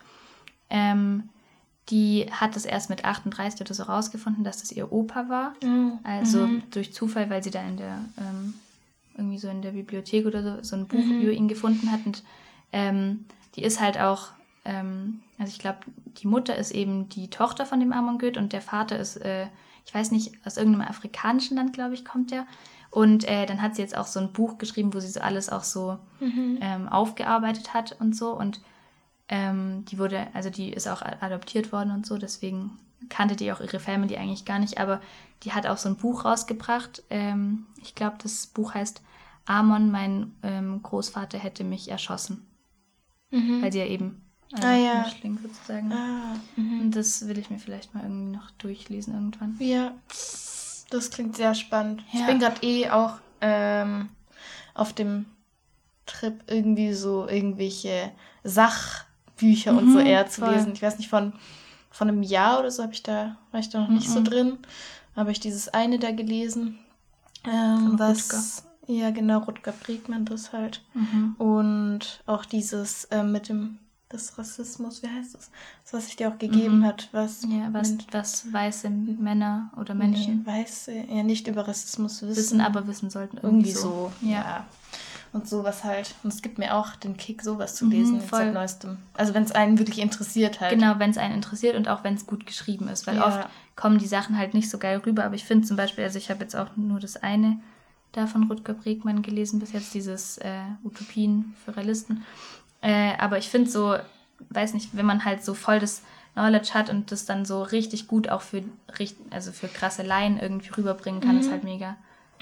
die hat das erst mit 38 oder so rausgefunden, dass das ihr Opa war. Also durch Zufall, weil sie da in der irgendwie so in der Bibliothek oder so ein Buch über ihn gefunden hat. Und die ist halt auch, also ich glaube, die Mutter ist eben die Tochter von dem Amon Göth und der Vater ist, ich weiß nicht, aus irgendeinem afrikanischen Land, glaube ich, kommt der. Und dann hat sie jetzt auch so ein Buch geschrieben, wo sie so alles auch so aufgearbeitet hat und so. Und die ist auch adoptiert worden und so, deswegen kannte die auch ihre Family eigentlich gar nicht. Aber die hat auch so ein Buch rausgebracht. Ich glaube, das Buch heißt Amon, mein Großvater hätte mich erschossen. Weil sie ja eben Mischling sozusagen. Und das will ich mir vielleicht mal irgendwie noch durchlesen irgendwann. Ja, das klingt sehr spannend. Ja. Ich bin gerade auch auf dem Trip, irgendwie so irgendwelche Sachbücher und so eher zu lesen. Ich weiß nicht, von einem Jahr oder so war ich da noch nicht so drin. Habe ich dieses eine da gelesen. Rutger. Ja, genau, Rutger Bregmann, das halt. Und auch dieses mit dem Rassismus, wie heißt das? Das, was ich dir auch gegeben hat. Was weiße Männer oder Menschen. Weiße, ja, nicht über Rassismus wissen, aber wissen sollten. Irgendwie so. Ja. Und sowas halt. Und es gibt mir auch den Kick, sowas zu lesen seit Neuestem. Also wenn es einen wirklich interessiert halt. Genau, wenn es einen interessiert und auch wenn es gut geschrieben ist. Weil oft kommen die Sachen halt nicht so geil rüber. Aber ich finde zum Beispiel, also ich habe jetzt auch nur das eine da von Rutger Bregmann gelesen, bis jetzt dieses Utopien für Realisten. Aber ich finde so, weiß nicht, wenn man halt so voll das Knowledge hat und das dann so richtig gut auch für krasse Laien irgendwie rüberbringen kann, ist halt mega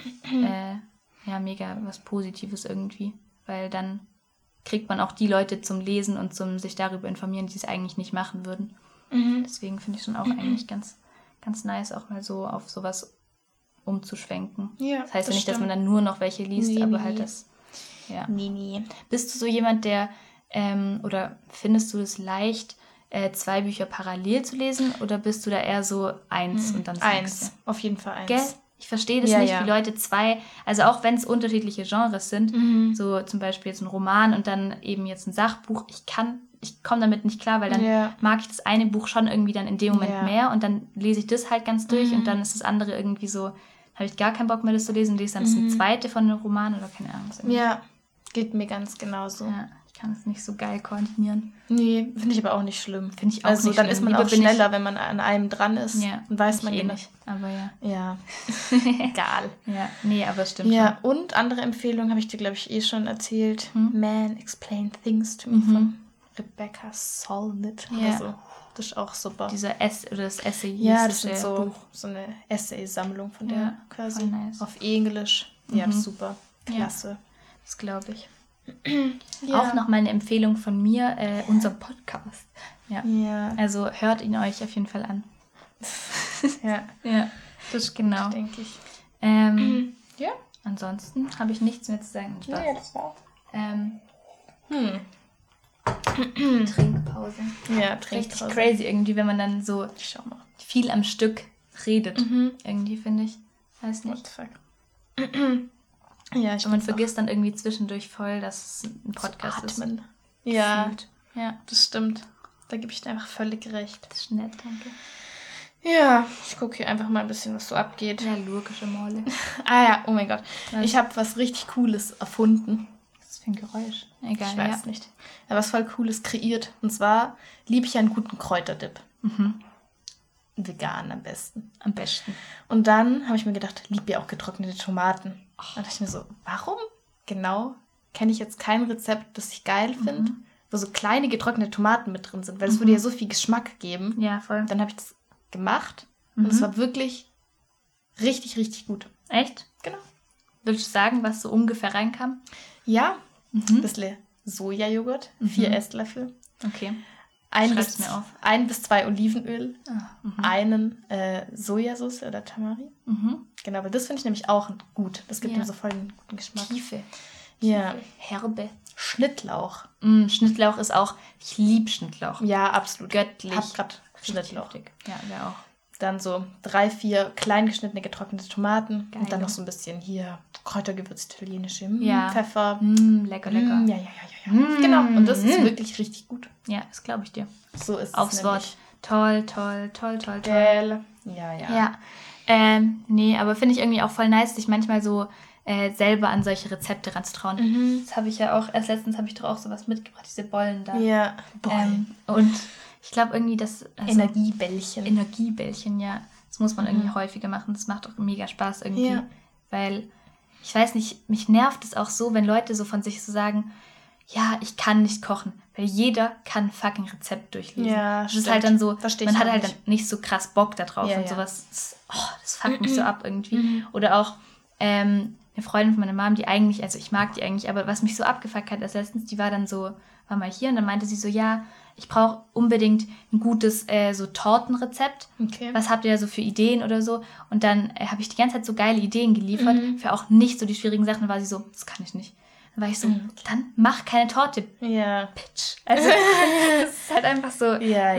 was Positives irgendwie. Weil dann kriegt man auch die Leute zum Lesen und zum sich darüber informieren, die es eigentlich nicht machen würden. Deswegen finde ich schon auch eigentlich ganz, ganz nice, auch mal so auf sowas umzuschwenken. Ja, das heißt ja nicht, dass man dann nur noch welche liest, aber halt das. Ja. Nee. Bist du so jemand, der oder findest du es leicht, 2 Bücher parallel zu lesen oder bist du da eher so eins und dann das nächste? Eins, auf jeden Fall eins. Gell? Ich verstehe das nicht, wie Leute 2, also auch wenn es unterschiedliche Genres sind, so zum Beispiel jetzt ein Roman und dann eben jetzt ein Sachbuch, ich komme damit nicht klar, weil dann mag ich das eine Buch schon irgendwie dann in dem Moment mehr und dann lese ich das halt ganz durch und dann ist das andere irgendwie so, habe ich gar keinen Bock mehr, das zu lesen und lese dann das zweite von einem Roman oder keine Ahnung. Ja, geht mir ganz genauso. Ja, ich kann es nicht so geil koordinieren. Nee, finde ich aber auch nicht schlimm. Finde ich auch also nicht dann schlimm. ist man auch schneller, wenn man an einem dran ist. Ja, und weiß man nicht. Aber ja. Ja, egal. Ja, nee, aber es stimmt ja, schon. Und andere Empfehlung habe ich dir, glaube ich, schon erzählt. Man Explain Things to Me von Rebecca Solnit. Ja. Also, das ist auch super. Das Essay. Ja, das ist so eine Essay-Sammlung von der quasi. Nice. Auf Englisch. Ja, das ist super. Klasse. Ja, das glaube ich. Auch nochmal eine Empfehlung von mir, unser Podcast. Ja. Also hört ihn euch auf jeden Fall an. Ja, das genau. Das denke ich. Ja. Ansonsten habe ich nichts mehr zu sagen. Ja, das war. Trinkpause. Ja, Trinkpause. Richtig crazy irgendwie, wenn man dann so viel am Stück redet. Irgendwie, finde ich. Weiß nicht. What the fuck? Ja, und man vergisst dann irgendwie zwischendurch voll, dass es ein Podcast ist. Ja, das stimmt. Da gebe ich dir einfach völlig recht. Das ist nett, danke. Ja, ich gucke hier einfach mal ein bisschen, was so abgeht. Ja, logische Mole. Ja, oh mein Gott. Ich habe was richtig Cooles erfunden. Was ist für ein Geräusch? Egal, ich weiß nicht. Ich habe was voll Cooles kreiert. Und zwar liebe ich einen guten Kräuterdip. Vegan am besten. Und dann habe ich mir gedacht, liebe ja auch getrocknete Tomaten. Dann dachte ich mir so, warum genau kenne ich jetzt kein Rezept, das ich geil finde, wo so kleine getrocknete Tomaten mit drin sind, weil es würde ja so viel Geschmack geben. Ja, voll. Dann habe ich das gemacht und es war wirklich richtig, richtig gut. Echt? Genau. Willst du sagen, was so ungefähr reinkam? Ja, ein bisschen Sojajoghurt, 4 Esslöffel. Okay. 1 bis 2 Olivenöl, einen Sojasauce oder Tamari. Genau, aber das finde ich nämlich auch gut. Das gibt mir so voll einen guten Geschmack. Tiefe. Ja. Herbe. Schnittlauch. Schnittlauch ist auch, ich liebe Schnittlauch. Ja, absolut. Göttlich. Ich habe gerade Schnittlauch. Ja, wir auch. Dann so 3, 4 klein geschnittene, getrocknete Tomaten. Geil. Und dann noch so ein bisschen hier Kräutergewürz, italienische Pfeffer. Lecker. Ja. Genau, und das ist wirklich richtig gut. Ja, das glaube ich dir. So ist Aufs es Wort. Toll. Gell. Ja. Nee, aber finde ich irgendwie auch voll nice, sich manchmal so selber an solche Rezepte ranzutrauen. Das habe ich ja auch, erst letztens habe ich doch auch sowas mitgebracht, diese Bollen da. Ja, Bollen. Und ich glaube irgendwie, dass... Also, Energiebällchen, ja. Das muss man irgendwie häufiger machen. Das macht auch mega Spaß irgendwie. Ja. Weil, ich weiß nicht, mich nervt es auch so, wenn Leute so von sich so sagen, ja, ich kann nicht kochen. Weil jeder kann ein fucking Rezept durchlesen. Ja, das ist halt dann so, man hat halt dann nicht so krass Bock da drauf und sowas. Das fuckt mich so ab irgendwie. Oder auch eine Freundin von meiner Mom, die eigentlich, also ich mag die eigentlich, aber was mich so abgefuckt hat, als letztens, die war mal hier und dann meinte sie so, ja, ich brauche unbedingt ein gutes so Tortenrezept. Okay. Was habt ihr da so für Ideen oder so? Und dann habe ich die ganze Zeit so geile Ideen geliefert für auch nicht so die schwierigen Sachen. Dann war sie so, das kann ich nicht. Dann war ich so, dann mach keine Torte. Ja. Bitch. Also das ist halt einfach so,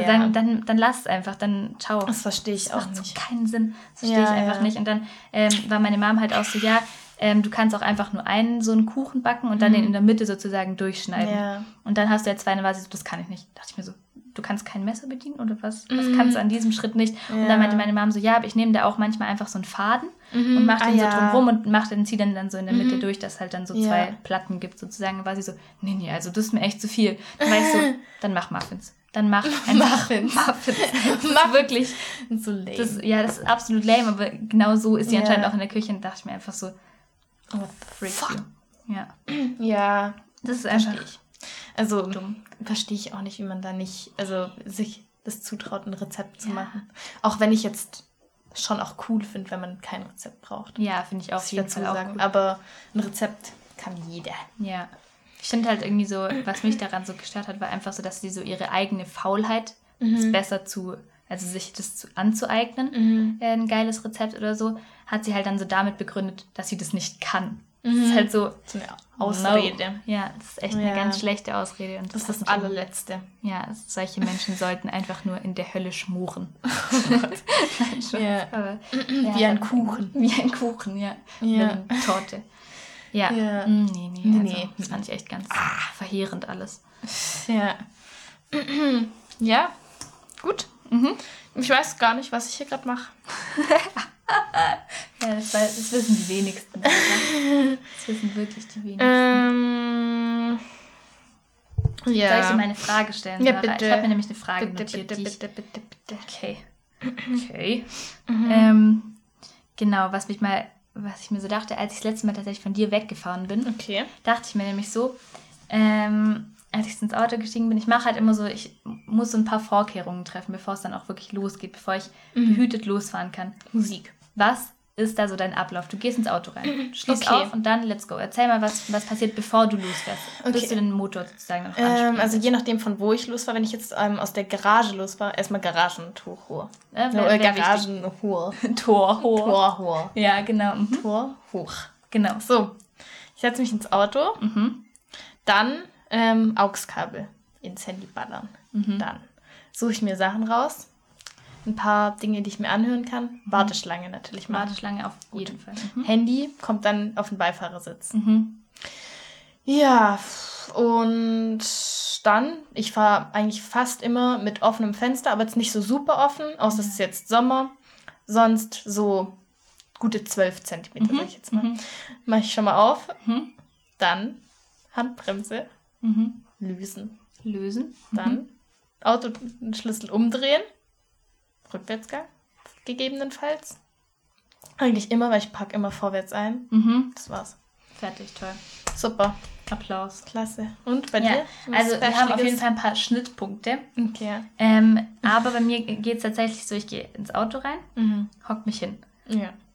dann lass es einfach, dann ciao. Das verstehe ich auch nicht. Das macht so keinen Sinn. Das verstehe ich einfach nicht. Und dann war meine Mom halt auch so, ja, du kannst auch einfach nur so einen Kuchen backen und dann den in der Mitte sozusagen durchschneiden. Ja. Und dann hast du jetzt zwei, dann war sie so, das kann ich nicht. Da dachte ich mir so, du kannst kein Messer bedienen oder was? Das kannst du an diesem Schritt nicht. Ja. Und dann meinte meine Mom so, ja, aber ich nehme da auch manchmal einfach so einen Faden und mache den so drumrum und ziehe den dann so in der Mitte durch, dass halt dann so 2 Platten gibt sozusagen. Dann war sie so, nee, also das ist mir echt zu viel. Dann war ich so, dann mach Muffins. Dann mach einfach Muffins. Das ist wirklich so lame. Das ist absolut lame, aber genau so ist sie anscheinend auch in der Küche. Und dachte ich mir einfach so, what the frick you. Ja. Ja. Das ist einfach... Also verstehe ich auch nicht, wie man da nicht, sich das zutraut, ein Rezept zu machen. Auch wenn ich jetzt schon auch cool finde, wenn man kein Rezept braucht. Ja, finde ich auf jeden Fall auch cool. Aber ein Rezept kann jeder. Ja. Ich finde halt irgendwie so, was mich daran so gestört hat, war einfach so, dass sie so ihre eigene Faulheit das besser sich das anzueignen, ein geiles Rezept oder so, hat sie halt dann so damit begründet, dass sie das nicht kann. Das ist halt so eine Ausrede. No. Ja, das ist echt eine ganz schlechte Ausrede. Und das ist das allerletzte. Ja, solche Menschen sollten einfach nur in der Hölle schmoren. Nein, aber, wie ein Kuchen. Wie ein Kuchen, ja. Mit einer Torte. Ja. Nee. Das fand ich echt ganz verheerend alles. Ja. Ja, gut. Ich weiß gar nicht, was ich hier gerade mache. Ja, das wissen die wenigsten. Das wissen wirklich die wenigsten. Soll ich dir meine Frage stellen? Ja, bitte. Ich habe mir nämlich eine Frage notiert. Bitte. Okay. Genau, was ich mir so dachte, als ich das letzte Mal tatsächlich von dir weggefahren bin, dachte ich mir nämlich so, als ich ins Auto gestiegen bin, ich mache halt immer so, ich muss so ein paar Vorkehrungen treffen, bevor es dann auch wirklich losgeht, bevor ich behütet losfahren kann. Musik. Was ist da so dein Ablauf? Du gehst ins Auto rein, schließt auf und dann let's go. Erzähl mal, was passiert, bevor du losfährst. Bis du den Motor sozusagen noch ansprichst. Also je nachdem, von wo ich los war, wenn ich jetzt aus der Garage los war, erstmal Garagentor. Garagentor. Tor. Ja, genau. Tor hoch. Genau. So, ich setze mich ins Auto, dann AUX-Kabel ins Handy ballern. Dann suche ich mir Sachen raus. Ein paar Dinge, die ich mir anhören kann. Warteschlange natürlich mal. Warteschlange auf jeden Fall. Handy kommt dann auf den Beifahrersitz. Ja, und dann, ich fahre eigentlich fast immer mit offenem Fenster, aber jetzt nicht so super offen, außer es ist jetzt Sommer. Sonst so gute 12 Zentimeter, sag ich jetzt mal. Mache ich schon mal auf. Dann Handbremse lösen. Dann Autoschlüssel umdrehen. Rückwärtsgang, gegebenenfalls. Eigentlich immer, weil ich packe immer vorwärts ein. Das war's. Fertig, toll. Super. Applaus. Klasse. Und bei dir? Also wir haben auf jeden Fall ein paar Schnittpunkte. Okay. Aber bei mir geht es tatsächlich so, ich gehe ins Auto rein, hock mich hin. Ja.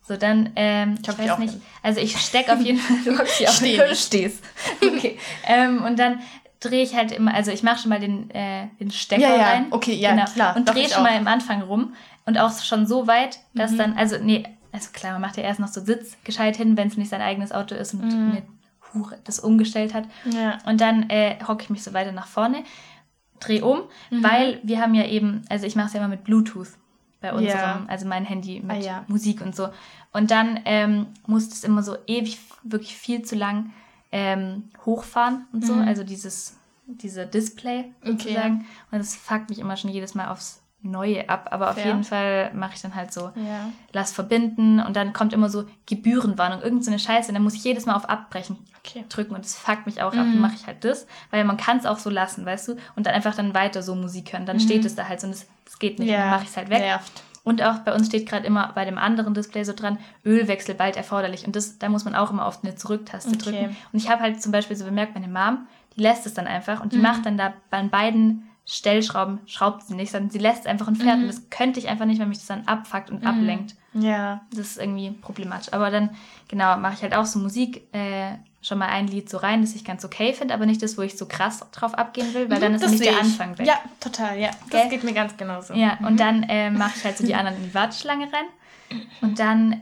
So, dann, ich weiß nicht, also ich stecke auf jeden Fall, du hockst hier auf du stehst. Okay. Und dann drehe ich halt immer, also ich mache schon mal den Stecker rein. Okay, ja, genau. Klar. Und drehe schon mal im Anfang rum und auch schon so weit, dass dann, also klar, man macht ja erst noch so Sitz gescheit hin, wenn es nicht sein eigenes Auto ist und eine Hure das umgestellt hat. Ja. Und dann hocke ich mich so weiter nach vorne, drehe um, weil wir haben ja eben, also ich mache es ja immer mit Bluetooth bei unserem, also mein Handy mit Musik und so. Und dann musste es immer so ewig, wirklich viel zu lang hochfahren und so, also diese Display sozusagen. Und das fuckt mich immer schon jedes Mal aufs Neue ab, aber auf jeden Fall mache ich dann halt so, lass verbinden und dann kommt immer so Gebührenwarnung, irgend so eine Scheiße und dann muss ich jedes Mal auf Abbrechen drücken und das fuckt mich auch ab, dann mache ich halt das, weil man kann es auch so lassen, weißt du, und dann einfach dann weiter so Musik hören, dann steht es da halt so und das geht nicht, dann mache ich es halt weg. Nervt. Und auch bei uns steht gerade immer bei dem anderen Display so dran, Ölwechsel bald erforderlich und da muss man auch immer auf eine Zurücktaste drücken und ich habe halt zum Beispiel so bemerkt, meine Mom, die lässt es dann einfach und die macht dann da bei beiden Stellschrauben schraubt sie nicht, sondern sie lässt es einfach und fährt. Und das könnte ich einfach nicht, weil mich das dann abfuckt und ablenkt. Ja. Das ist irgendwie problematisch. Aber dann, genau, mache ich halt auch so Musik, schon mal ein Lied so rein, das ich ganz okay finde, aber nicht das, wo ich so krass drauf abgehen will, weil dann ist nicht der Anfang weg. Ja, total, ja. Das geht mir ganz genauso. Ja, und dann mache ich halt so die anderen in die Warteschlange rein. Und dann,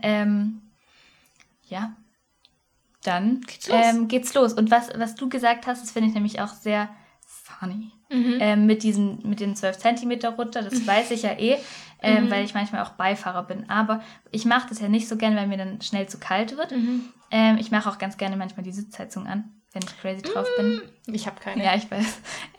dann geht's los. Und was du gesagt hast, das finde ich nämlich auch sehr funny. Mit den 12 Zentimeter runter, das weiß ich ja weil ich manchmal auch Beifahrer bin. Aber ich mache das ja nicht so gerne, weil mir dann schnell zu kalt wird. Ich mache auch ganz gerne manchmal die Sitzheizung an, wenn ich crazy drauf bin. Ich habe keine. Ja, ich weiß.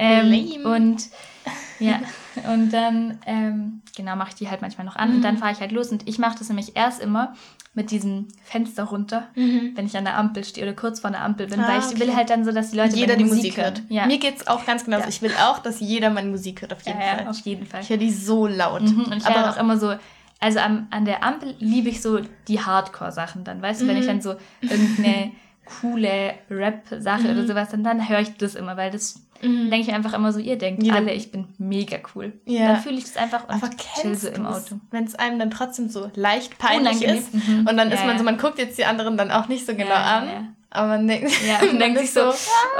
Und dann mache ich die halt manchmal noch an und dann fahre ich halt los. Und ich mache das nämlich erst immer mit diesem Fenster runter, wenn ich an der Ampel stehe oder kurz vor der Ampel bin, weil ich will halt dann so, dass die Leute jeder die Musik hört. Ja. Mir geht's auch ganz genauso. Ja. Ich will auch, dass jeder meine Musik hört, auf jeden Fall. Ja, auf jeden Fall. Ich höre die so laut. Und ich höre auch immer so, also an der Ampel liebe ich so die Hardcore-Sachen dann, weißt du, wenn ich dann so irgendeine coole Rap-Sache oder sowas, dann höre ich das immer, weil das denke ich einfach immer so, ihr denkt alle, ich bin mega cool. Ja. Dann fühle ich das einfach und chill so im Auto. Wenn es einem dann trotzdem so leicht peinlich ist und dann ist man so, man guckt jetzt die anderen dann auch nicht so genau an, aber man denkt, man denkt sich so,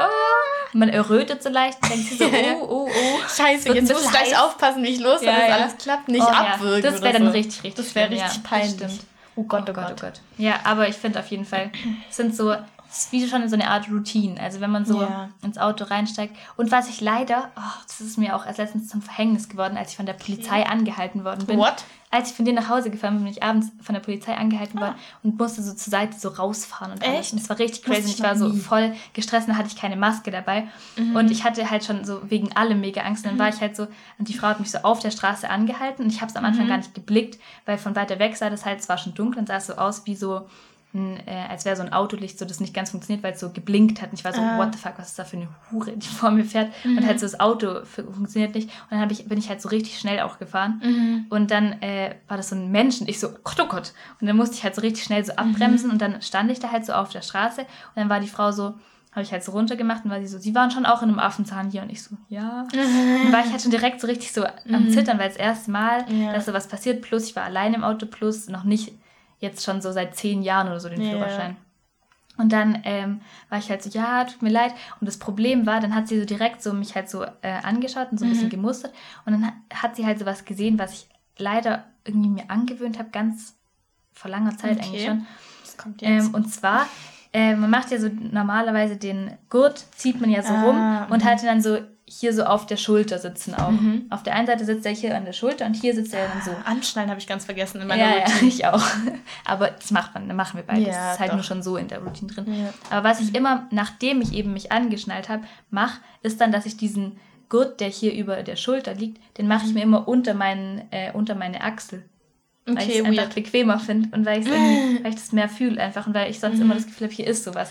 man errötet so leicht und denkt sich so, oh. Scheiße, jetzt muss ich gleich aufpassen, wie ich loslasse, dass alles klappt, nicht abwürgen. Das wäre dann richtig das wäre richtig peinlich. Stimmt. Oh Gott. Ja, aber ich finde auf jeden Fall, es sind so, es ist wie schon so eine Art Routine. Also wenn man so ins Auto reinsteigt. Und was ich leider, das ist mir auch erst letztens zum Verhängnis geworden, als ich von der Polizei angehalten worden bin. What? Als ich von dir nach Hause gefahren bin ich abends von der Polizei angehalten worden und musste so zur Seite so rausfahren und alles. Und es war richtig crazy. Und ich war so voll gestresst und da hatte ich keine Maske dabei. Und ich hatte halt schon so wegen allem mega Angst. Und dann war ich halt so, und die Frau hat mich so auf der Straße angehalten und ich habe es am Anfang gar nicht geblickt, weil von weiter weg sah das halt, es war schon dunkel und sah es so aus wie so, als wäre so ein Autolicht, so das nicht ganz funktioniert, weil es so geblinkt hat. Und ich war so, what the fuck, was ist da für eine Hure, die vor mir fährt? Und halt so das Auto funktioniert nicht. Und dann bin ich halt so richtig schnell auch gefahren. Und dann war das so ein Mensch und ich so, oh Gott. Und dann musste ich halt so richtig schnell so abbremsen und dann stand ich da halt so auf der Straße und dann war die Frau so, habe ich halt so runtergemacht und war sie so, sie waren schon auch in einem Affenzahn hier und ich so, ja. Und war ich halt schon direkt so richtig so am Zittern, weil das erste Mal, dass so was passiert, plus ich war alleine im Auto, plus noch nicht jetzt schon so seit 10 Jahren oder so den Führerschein. Und dann war ich halt so, ja, tut mir leid. Und das Problem war, dann hat sie so direkt so mich halt so angeschaut und so ein bisschen gemustert. Und dann hat sie halt so was gesehen, was ich leider irgendwie mir angewöhnt habe, ganz vor langer Zeit eigentlich schon. Das kommt jetzt. Und zwar, man macht ja so normalerweise den Gurt, zieht man ja so rum und hat ihn dann so hier so auf der Schulter sitzen auch. Auf der einen Seite sitzt er hier an der Schulter und hier sitzt er dann so. Anschnallen habe ich ganz vergessen in meiner Routine. Ja, ich auch. Aber das machen wir beide. Ja, das ist halt nur schon so in der Routine drin. Ja. Aber was ich immer, nachdem ich eben mich angeschnallt habe, mache, ist dann, dass ich diesen Gurt, der hier über der Schulter liegt, den mache ich mir immer unter meine Achsel. Weil ich es einfach bequemer finde und weil ich das mehr fühle einfach und weil ich sonst immer das Gefühl habe, hier ist sowas. Und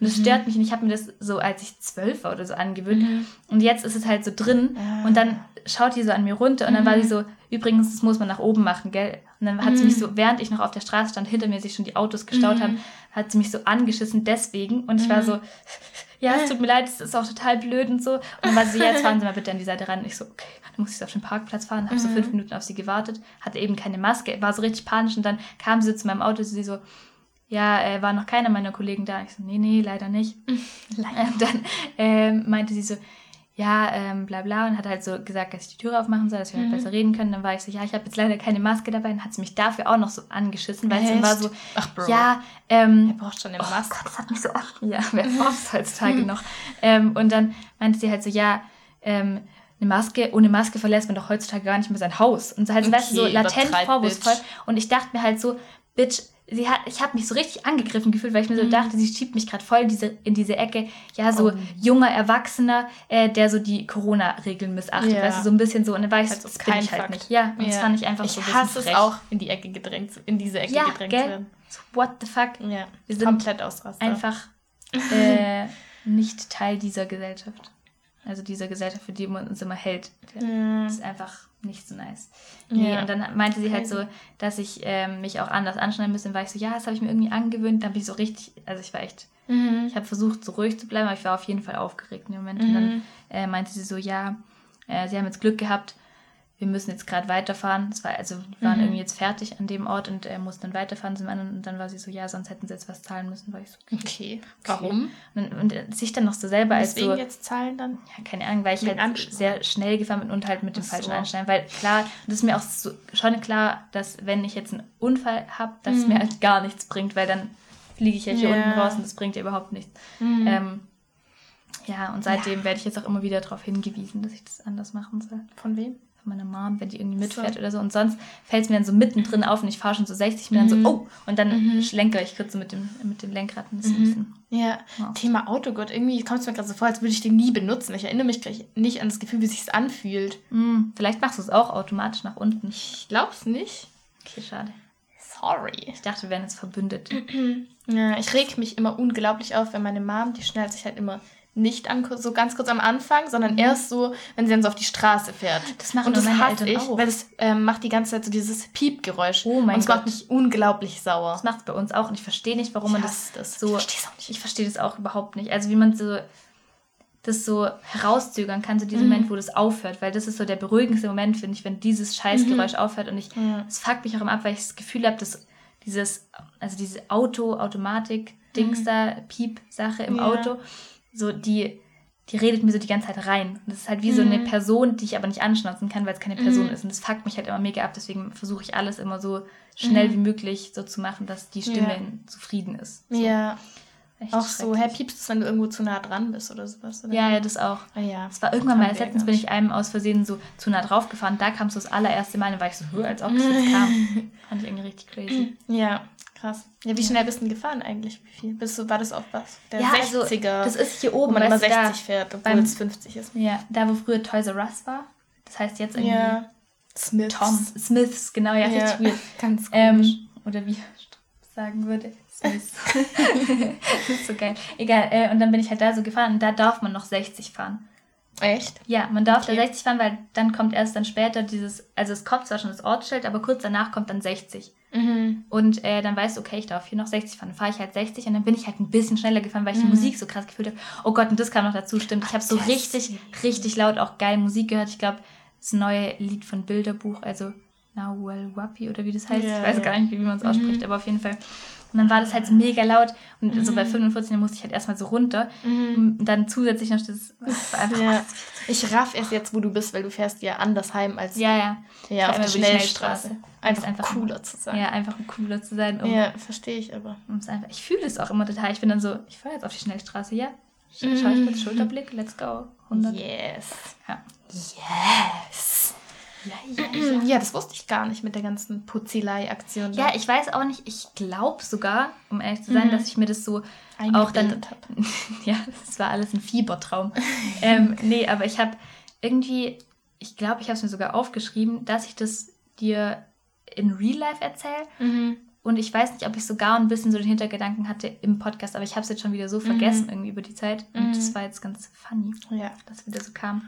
Und das stört mich und ich habe mir das so, als ich 12 war oder so angewöhnt. Und jetzt ist es halt so drin und dann schaut die so an mir runter und dann war sie so, übrigens, das muss man nach oben machen, gell? Und dann hat sie mich so, während ich noch auf der Straße stand, hinter mir sich schon die Autos gestaut haben, hat sie mich so angeschissen deswegen und ich war so, ja, es tut mir leid, es ist auch total blöd und so. Und dann war sie, jetzt fahren Sie mal bitte an die Seite ran. Und ich so, okay, dann muss ich so auf den Parkplatz fahren, habe so 5 Minuten auf sie gewartet, hatte eben keine Maske, war so richtig panisch und dann kam sie so zu meinem Auto, sie so, ja, war noch keiner meiner Kollegen da. Ich so, nee, leider nicht. Und dann meinte sie so, ja, bla bla und hat halt so gesagt, dass ich die Türe aufmachen soll, dass wir halt besser reden können. Dann war ich so, ja, ich habe jetzt leider keine Maske dabei. Dann hat sie mich dafür auch noch so angeschissen, weil sie war so, ach Bro, ja, er braucht schon eine Maske. Gott, das hat mich so oft, ja, wer braucht es heutzutage noch? Und dann meinte sie halt so, ja, eine Maske, ohne Maske verlässt man doch heutzutage gar nicht mehr sein Haus. Und so halt, weißt du, so latent vorwurfsvoll. Und ich dachte mir halt so, Bitch, ich habe mich so richtig angegriffen gefühlt, weil ich mir so dachte, sie schiebt mich gerade voll in diese Ecke, ja, so junger Erwachsener, der so die Corona-Regeln missachtet, weißt du, so ein bisschen so. Und dann war ich so, das bin ich halt nicht. Ja, und das fand ich einfach so ein bisschen frech. Ich hasse es auch, in diese Ecke gedrängt zu werden. So, what the fuck? Ja, wir sind komplett Ausraster. Einfach nicht Teil dieser Gesellschaft. Also dieser Gesellschaft, für die man uns immer hält. Das ist einfach nicht so nice. Nee, und dann meinte sie halt so, dass ich mich auch anders anschneiden müsste. Dann war ich so, ja, das habe ich mir irgendwie angewöhnt. Dann bin ich so richtig, also ich war echt, ich habe versucht, so ruhig zu bleiben, aber ich war auf jeden Fall aufgeregt in dem Moment. Und dann meinte sie so, ja, sie haben jetzt Glück gehabt, wir müssen jetzt gerade weiterfahren. Das war, also wir waren irgendwie jetzt fertig an dem Ort und mussten dann weiterfahren zum anderen. Und dann war sie so, ja, sonst hätten sie jetzt was zahlen müssen. War ich so, okay. Warum? Und sich dann noch so selber als so... Deswegen jetzt zahlen dann? Ja, keine Ahnung, weil ich halt sehr schnell gefahren bin und halt mit dem falschen Anschneiden. Weil klar, das ist mir auch so, schon klar, dass wenn ich jetzt einen Unfall habe, dass es mir halt gar nichts bringt, weil dann fliege ich ja hier unten raus und das bringt ja überhaupt nichts. Ja, und seitdem werde ich jetzt auch immer wieder darauf hingewiesen, dass ich das anders machen soll. Von wem? Meine Mom, wenn die irgendwie mitfährt oder so. Und sonst fällt es mir dann so mittendrin auf und ich fahre schon so 60, mir dann so, oh, und dann schlenkere ich kurz so mit dem Lenkrad ein bisschen. Ja, Thema Autogurt. Irgendwie kommt es mir gerade so vor, als würde ich den nie benutzen. Ich erinnere mich gleich nicht an das Gefühl, wie es sich anfühlt. Vielleicht machst du es auch automatisch nach unten. Ich glaube es nicht. Okay, schade. Sorry. Ich dachte, wir wären jetzt verbündet. Ja, ich reg mich immer unglaublich auf, wenn meine Mom, die schnallt sich halt immer nicht so ganz kurz am Anfang, sondern erst so, wenn sie dann so auf die Straße fährt. Das machen meine Eltern auch. Weil das macht die ganze Zeit so dieses Piepgeräusch. Oh mein Gott. Und es macht mich unglaublich sauer. Das macht es bei uns auch und ich verstehe nicht, warum man das so... Ich verstehe es auch nicht. Ich verstehe das auch überhaupt nicht. Also wie man so das so herauszögern kann, so diesen Moment, wo das aufhört, weil das ist so der beruhigendste Moment, finde ich, wenn dieses Scheißgeräusch aufhört und es fuckt mich auch immer ab, weil ich das Gefühl habe, dass diese Automatik-Dings da, Piep-Sache im Auto, so die redet mir so die ganze Zeit rein. Und das ist halt wie so eine Person, die ich aber nicht anschnauzen kann, weil es keine Person ist. Und das fuckt mich halt immer mega ab. Deswegen versuche ich alles immer so schnell wie möglich so zu machen, dass die Stimme zufrieden ist. So. Ja. Echt auch so, piepst es, wenn du irgendwo zu nah dran bist oder sowas? Oder? Ja, das auch. Ja. Das war irgendwann mal, letztens bin ich einem aus Versehen so zu nah drauf gefahren. Da kam es so das allererste Mal und war ich so, als ob es jetzt kam. Fand ich irgendwie richtig crazy. Ja. Krass. Ja, wie schnell bist du denn gefahren eigentlich? Wie viel? War das auf was? Der 60er? Also, das ist hier oben, wo man immer 60 fährt, obwohl es 50 ist. Ja, da wo früher Toys R Us war. Das heißt jetzt irgendwie... Ja. Smiths, genau, ja, richtig weird. Ganz komisch. Oder wie ich sagen würde. Smiths. Das ist so geil. Egal, und dann bin ich halt da so gefahren und da darf man noch 60 fahren. Echt? Ja, man darf da 60 fahren, weil dann kommt erst dann später also es kommt zwar schon das Ortsschild, aber kurz danach kommt dann 60. Und dann weißt du, okay, ich darf hier noch 60 fahren. Dann fahre ich halt 60 und dann bin ich halt ein bisschen schneller gefahren, weil ich die Musik so krass gefühlt habe. Oh Gott, und das kam noch dazu, stimmt. Ich habe so richtig laut auch geil Musik gehört. Ich glaube, das neue Lied von Bilderbuch, also Nawal Wapi oder wie das heißt. Ich weiß gar nicht, wie man es ausspricht, aber auf jeden Fall. Und dann war das halt so mega laut und so bei 45 musste ich halt erstmal so runter und dann zusätzlich noch das war einfach... Ja. Ich raff erst jetzt, wo du bist, weil du fährst ja anders heim als ja auf der Schnellstraße. Einfach cooler zu sein. Ja, einfach cooler zu sein. Ja, verstehe ich aber. Ich fühle es auch immer total. Ich bin dann so, ich fahre jetzt auf die Schnellstraße, ja. Schau ich kurz Schulterblick, let's go. 100. Yes. Ja. Yes. Ja, das wusste ich gar nicht mit der ganzen Putzilei-Aktion. Ja, ich weiß auch nicht, ich glaube sogar, um ehrlich zu sein, dass ich mir das so auch dann... Ja, das war alles ein Fiebertraum. Nee, aber ich habe irgendwie, ich glaube, ich habe es mir sogar aufgeschrieben, dass ich das dir in Real Life erzähle. Und ich weiß nicht, ob ich sogar ein bisschen so den Hintergedanken hatte im Podcast, aber ich habe es jetzt schon wieder so vergessen irgendwie über die Zeit. Und das war jetzt ganz funny, dass wieder so kam.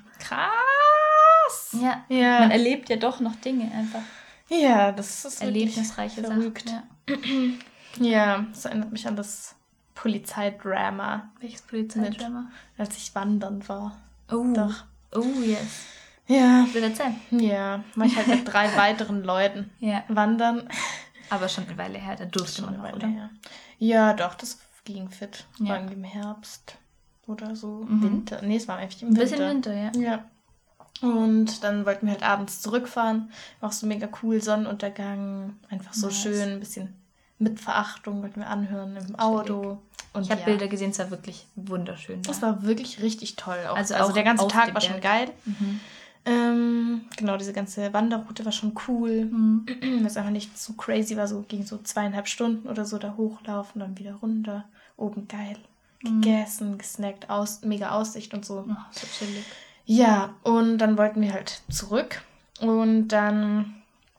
Krass! Ja, man erlebt ja doch noch Dinge einfach. Ja, das ist erlebnisreiche verrückt. Sachen. Ja, das erinnert mich an das Polizeidrama. Welches Polizeidrama? Als ich wandern war. Oh. Doch. Oh, yes. Ja. Will erzählen? Ja, war ich halt mit 3 weiteren Leuten wandern. Aber schon eine Weile her, da durfte man noch, oder? Her. Ja, doch, das ging fit. War irgendwie im Herbst oder so. Winter. Nee, es war einfach im Winter. Ein bisschen Winter, ja. Ja. Und dann wollten wir halt abends zurückfahren. War auch so mega cool, Sonnenuntergang. Einfach so schön, ein bisschen mit Verachtung wollten wir anhören im Auto. Und ich habe Bilder gesehen, es war wirklich wunderschön. Es war wirklich richtig toll. Auch. Also der ganze Tag war schon geil. Genau, diese ganze Wanderroute war schon cool. Was einfach nicht so crazy war, so ging so 2,5 Stunden oder so da hochlaufen, dann wieder runter. Oben geil. Gegessen, gesnackt, mega Aussicht und so. Oh, so chillig. Ja, und dann wollten wir halt zurück. Und dann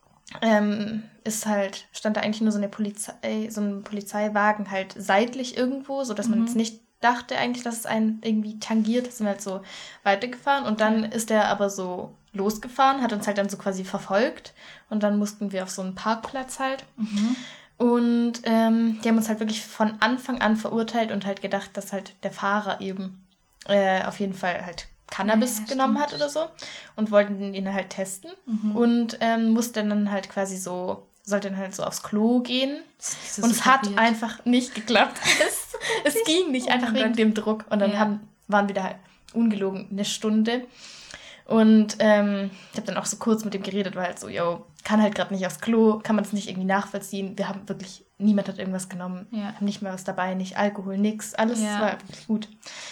stand da eigentlich nur so ein Polizeiwagen halt seitlich irgendwo, sodass man jetzt nicht dachte eigentlich, dass es einen irgendwie tangiert. Sind wir halt so weitergefahren und dann ist der aber so losgefahren, hat uns halt dann so quasi verfolgt und dann mussten wir auf so einen Parkplatz halt. Und die haben uns halt wirklich von Anfang an verurteilt und halt gedacht, dass halt der Fahrer eben auf jeden Fall halt Cannabis genommen hat oder so und wollten ihn halt testen und sollte dann halt so aufs Klo gehen und es hat einfach nicht geklappt. Es ging nicht, einfach wegen dem Druck und dann waren wir da halt ungelogen 1 Stunde und ich habe dann auch so kurz mit dem geredet, weil halt so, kann halt gerade nicht aufs Klo, kann man das nicht irgendwie nachvollziehen. Wir haben wirklich, niemand hat irgendwas genommen, haben nicht mehr was dabei, nicht Alkohol, nix, alles war wirklich gut.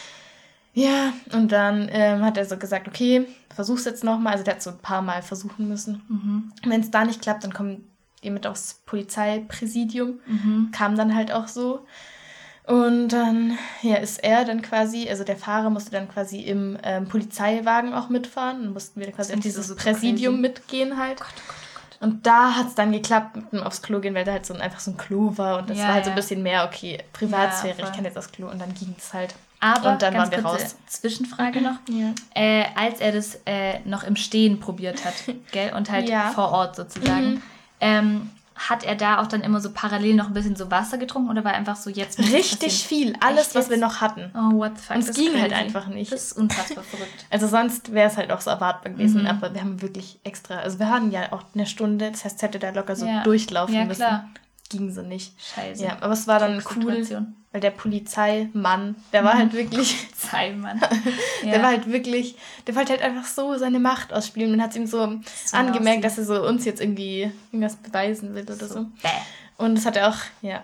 Ja, und dann hat er so gesagt, okay, versuch's jetzt nochmal. Also der hat so ein paar Mal versuchen müssen. Wenn es da nicht klappt, dann kommen die mit aufs Polizeipräsidium. Kam dann halt auch so. Und dann ist er dann quasi, also der Fahrer musste dann quasi im Polizeiwagen auch mitfahren. Dann mussten wir quasi auf dieses Präsidium mitgehen halt. Oh Gott. Und da hat es dann geklappt mit dem aufs Klo gehen, weil da halt einfach so ein Klo war. Und das war halt so ein bisschen mehr, okay, Privatsphäre, ich kann jetzt aufs Klo. Und dann ging es halt. Aber und dann ganz waren wir kurze raus. Zwischenfrage noch. Als er das noch im Stehen probiert hat, gell? Und halt vor Ort sozusagen, hat er da auch dann immer so parallel noch ein bisschen so Wasser getrunken oder war einfach so jetzt... Richtig viel, alles, was wir noch hatten. Oh, what the fuck. Und es ging halt einfach nicht. Das ist unfassbar verrückt. Also sonst wäre es halt auch so erwartbar gewesen, aber wir haben wirklich extra... Also wir hatten ja auch 1 Stunde, das heißt, es hätte da locker so durchlaufen müssen. Klar. Ging so nicht. Scheiße. Ja, aber es war dann cool, weil der Polizeimann, der war halt wirklich... Polizeimann. Der war halt wirklich... Der wollte halt einfach so seine Macht ausspielen. Man hat es ihm so angemerkt, dass er so uns jetzt irgendwie irgendwas beweisen will oder so. Und das hat er auch,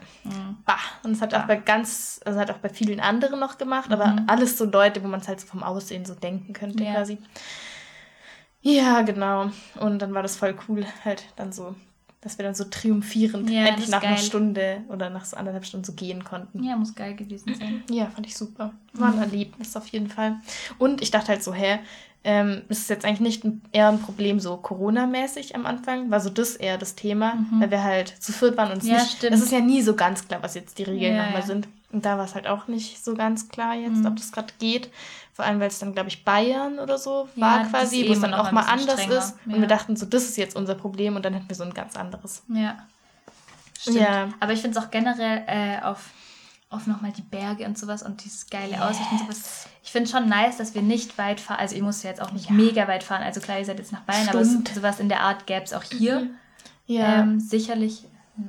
und das hat er auch hat auch bei vielen anderen noch gemacht, aber alles so Leute, wo man es halt so vom Aussehen so denken könnte quasi. Ja, genau. Und dann war das voll cool, halt dann so, dass wir dann so triumphierend endlich nach einer Stunde oder nach so 1,5 Stunden so gehen konnten. Ja, muss geil gewesen sein. Ja, fand ich super. War ein Erlebnis auf jeden Fall. Und ich dachte halt so, ist es jetzt eigentlich nicht eher ein Problem so Corona-mäßig am Anfang? War so das eher das Thema, weil wir halt zu viert waren und es nicht... Stimmt. Das ist ja nie so ganz klar, was jetzt die Regeln nochmal sind. Und da war es halt auch nicht so ganz klar jetzt, ob das gerade geht. Vor allem, weil es dann, glaube ich, Bayern oder so war quasi, wo es dann auch mal anders ist. Ja. Und wir dachten so, das ist jetzt unser Problem und dann hätten wir so ein ganz anderes. Ja, stimmt. Ja. Aber ich finde es auch generell auf nochmal die Berge und sowas und dieses geile Aussicht und sowas. Ich finde es schon nice, dass wir nicht weit fahren. Also ihr müsst ja jetzt auch nicht mega weit fahren. Also klar, ihr seid jetzt nach Bayern, aber sowas in der Art gäbe es auch hier. Ja. Sicherlich.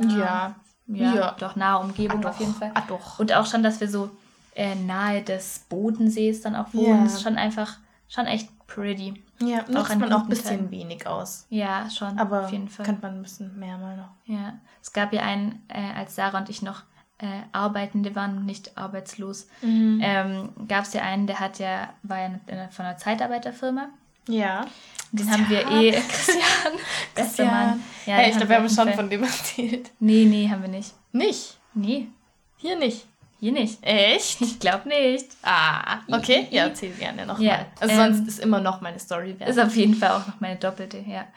Ja, doch, nahe Umgebung auf jeden Fall. Und auch schon, dass wir so nahe des Bodensees dann auch wohnen. Das ist schon echt pretty. Ja, nutzt man auch ein bisschen wenig aus. Ja, schon, aber auf jeden Fall. Könnte man ein bisschen mehr mal noch. Ja, es gab ja einen, als Sarah und ich noch Arbeitende waren und nicht arbeitslos, gab es ja einen, der war ja von einer Zeitarbeiterfirma. Ja. Den haben wir Christian. Bester Mann. Ja, hey, ich glaube, wir haben schon von dem erzählt. Nee, haben wir nicht. Nicht? Nee. Hier nicht? Hier nicht. Echt? Ich glaube nicht. Okay. Ja, erzähl gerne nochmal. Also sonst ist immer noch meine Story wert. Ist auf jeden Fall auch noch meine doppelte, ja.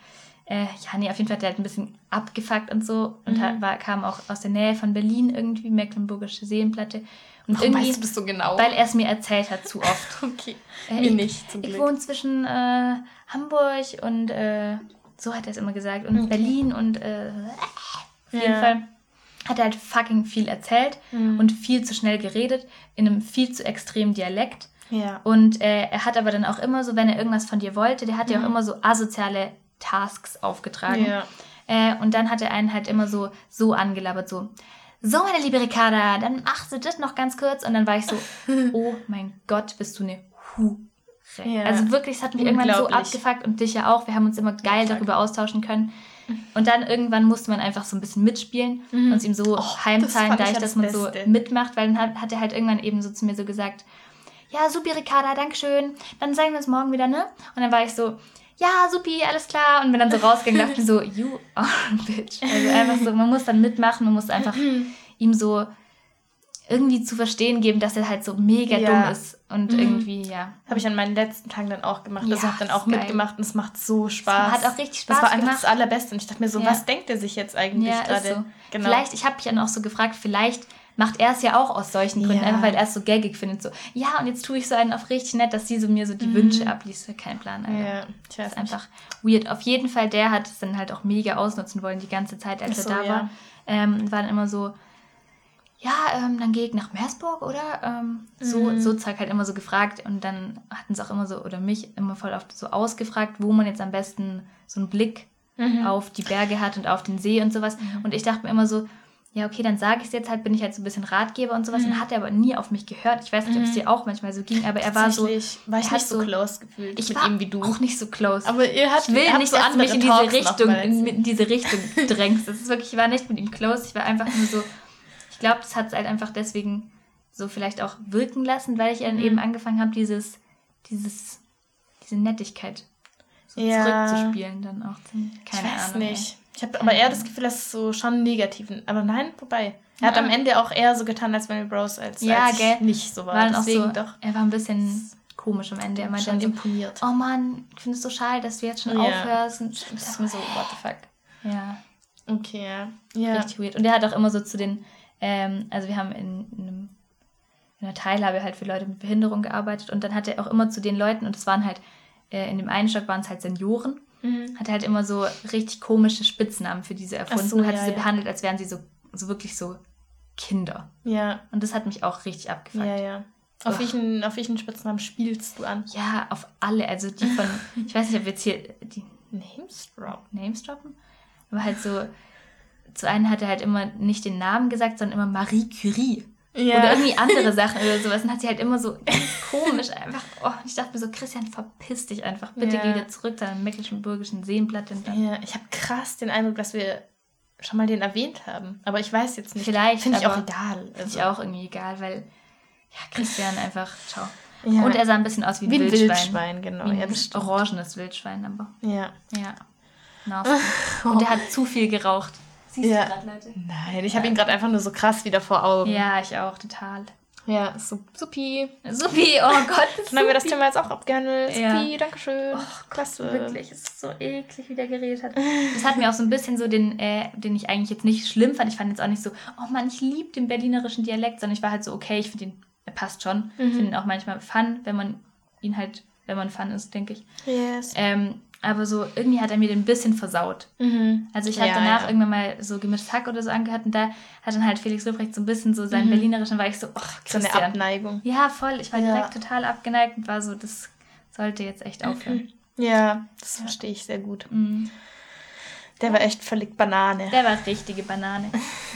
auf jeden Fall hat er halt ein bisschen abgefuckt und so und kam auch aus der Nähe von Berlin irgendwie, Mecklenburgische Seenplatte. Und warum weißt du das so genau? Weil er es mir erzählt hat, zu oft. Okay, mir nicht, zum Glück. Ich wohne zwischen Hamburg und, so hat er es immer gesagt, und Berlin und auf jeden Fall hat er halt fucking viel erzählt und viel zu schnell geredet, in einem viel zu extremen Dialekt. Ja. Und er hat aber dann auch immer so, wenn er irgendwas von dir wollte, der hat dir auch immer so asoziale Tasks aufgetragen. Ja. Und dann hat er einen halt immer so angelabert, so, meine liebe Ricarda, dann machst du das noch ganz kurz. Und dann war ich so, oh mein Gott, bist du eine Hure. Ja. Also wirklich, es hat mich irgendwann so abgefuckt und dich ja auch. Wir haben uns immer geil darüber austauschen können. Und dann irgendwann musste man einfach so ein bisschen mitspielen und es ihm so heimzahlen, dass man so mitmacht. Weil dann hat er halt irgendwann eben so zu mir so gesagt, ja, supi, Ricarda, dankeschön. Dann sehen wir uns morgen wieder, ne? Und dann war ich so, ja, supi, alles klar. Und bin dann so rausgegangen und dachte so, you are a bitch. Also einfach so, man muss dann mitmachen, man muss einfach ihm so irgendwie zu verstehen geben, dass er halt so mega dumm ist. Und irgendwie, habe ich an meinen letzten Tagen dann auch gemacht. Also habe dann auch mitgemacht und es macht so Spaß. Hat auch richtig Spaß gemacht. Das war einfach das Allerbeste. Und ich dachte mir so, was denkt er sich jetzt eigentlich gerade? So. Genau. Vielleicht, ich habe mich dann auch so gefragt, vielleicht macht er es ja auch aus solchen Gründen, einfach weil er es so gaggig findet. So, ja, und jetzt tue ich so einen auf richtig nett, dass sie so mir so die Wünsche abliest. Kein Plan. Alter. Ja, ich weiß, das ist einfach weird. Auf jeden Fall, der hat es dann halt auch mega ausnutzen wollen, die ganze Zeit, als er da war. War dann immer so, dann gehe ich nach Meersburg, oder? So Zeug halt immer so gefragt. Und dann hatten sie auch immer so, oder mich immer voll oft so ausgefragt, wo man jetzt am besten so einen Blick auf die Berge hat und auf den See und sowas. Und ich dachte mir immer so, ja, okay, dann sage ich es jetzt halt, bin ich halt so ein bisschen Ratgeber und sowas. Und hat er aber nie auf mich gehört. Ich weiß nicht, ob es dir auch manchmal so ging, aber er war so... War ich nicht so close gefühlt mit ihm wie du. Auch nicht so close. Aber ich will nicht, so dass du mich in diese Richtung drängst. Das ist wirklich, ich war nicht mit ihm close. Ich war einfach nur so... Ich glaube, das hat es halt einfach deswegen so vielleicht auch wirken lassen, weil ich dann eben angefangen habe, diese Nettigkeit so zurückzuspielen dann auch. Keine Ahnung. Ich weiß nicht. Ich habe aber eher das Gefühl, dass es so schon negativen... Aber nein, vorbei. Er hat am Ende auch eher so getan, als wenn wir Bros, als ich nicht so war. Deswegen doch. Er war ein bisschen komisch am Ende. Er meinte dann so, imponiert. Oh Mann, ich finde es so schade, dass du jetzt schon aufhörst. Und das ist mir so, what the fuck. Ja. Okay, ja. Richtig weird. Und er hat auch immer so zu den... also wir haben in einer Teilhabe halt für Leute mit Behinderung gearbeitet. Und dann hat er auch immer zu den Leuten, und es waren halt... in dem einen Stock waren es halt Senioren. Hat halt immer so richtig komische Spitznamen für diese erfunden und hat sie behandelt, als wären sie so wirklich so Kinder. Ja. Und das hat mich auch richtig abgefuckt. Ja. Auf welchen Spitznamen spielst du an? Ja, auf alle. Also die von, ich weiß nicht, ob wir jetzt hier die Names droppen. Aber halt so, zu einem hat er halt immer nicht den Namen gesagt, sondern immer Marie Curie. Ja. Oder irgendwie andere Sachen oder sowas. Und hat sie halt immer so ganz komisch einfach... Oh, ich dachte mir so, Christian, verpiss dich einfach. Bitte geh wieder zurück zu deiner Mecklenburgischen Seenplatte. Ja, ich habe krass den Eindruck, dass wir schon mal den erwähnt haben. Aber ich weiß jetzt nicht. Vielleicht. Finde ich auch egal. Finde ich auch irgendwie egal, weil... Ja, Christian einfach... Ciao. Ja. Und er sah ein bisschen aus wie ein Wildschwein. Wildschwein, genau. Wie ein orangenes Wildschwein, aber... Ja. Nasty. Und er hat zu viel geraucht. Siehst du gerade, Leute? Nein, ich habe ihn gerade einfach nur so krass wieder vor Augen. Ja, ich auch, total. Ja, supi. Supi, oh Gott. Dann haben wir das Thema jetzt auch abgehandelt. Supi, dankeschön. Oh, klasse. Wirklich, es ist so eklig, wie der geredet hat. Das hat mir auch so ein bisschen so den ich eigentlich jetzt nicht schlimm fand. Ich fand jetzt auch nicht so, oh Mann, ich liebe den berlinerischen Dialekt, sondern ich war halt so, okay, ich finde ihn, er passt schon. Ich finde ihn auch manchmal fun, wenn man fun ist, denke ich. Yes. Aber so, irgendwie hat er mir den ein bisschen versaut. Also ich habe danach irgendwann mal so gemischtes Hack oder so angehört und da hat dann halt Felix Lobrecht so ein bisschen so seinen Berlinerischen, war ich so, Christian. So eine Abneigung. Ja, voll. Ich war direkt total abgeneigt und war so, das sollte jetzt echt aufhören. Ja, das verstehe ich sehr gut. Der war echt völlig Banane. Der war richtige Banane.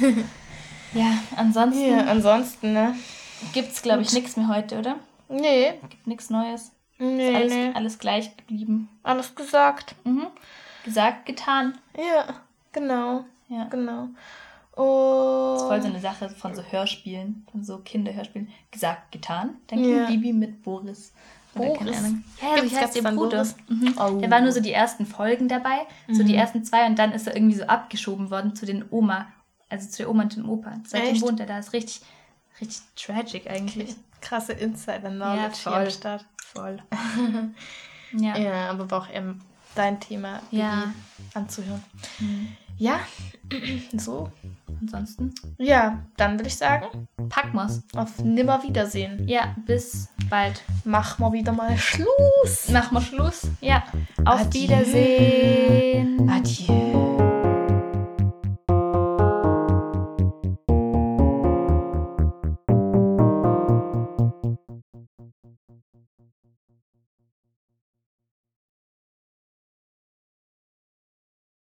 Ja, ansonsten... Ja, ansonsten, ne? Gibt's, glaube ich, nichts mehr heute, oder? Nee. Gibt nichts Neues. Nee, ist alles gleich geblieben. Alles gesagt. Gesagt, getan. Ja, genau. Ja. Genau. Das ist voll so eine Sache von so Hörspielen, von so Kinderhörspielen. Gesagt, getan. Dann ging Bibi mit Boris. Oder keine Ahnung. Ja, wie heißt ihr Bruder? Der war nur so die ersten Folgen dabei, so die ersten 2 und dann ist er irgendwie so abgeschoben worden zu den Oma, also zu der Oma und dem Opa. Seitdem wohnt er da. Ist richtig, richtig tragic eigentlich. Okay. Krasse Insider-Knowledge hier am Start. Voll. Ja, aber war auch dein Thema anzuhören. Ja, so. Ansonsten? Ja, dann würde ich sagen, packen wir's. Auf Nimmerwiedersehen. Ja, bis bald. Mach mal wieder mal Schluss. Mach mal Schluss. Ja, auf Wiedersehen. Adieu.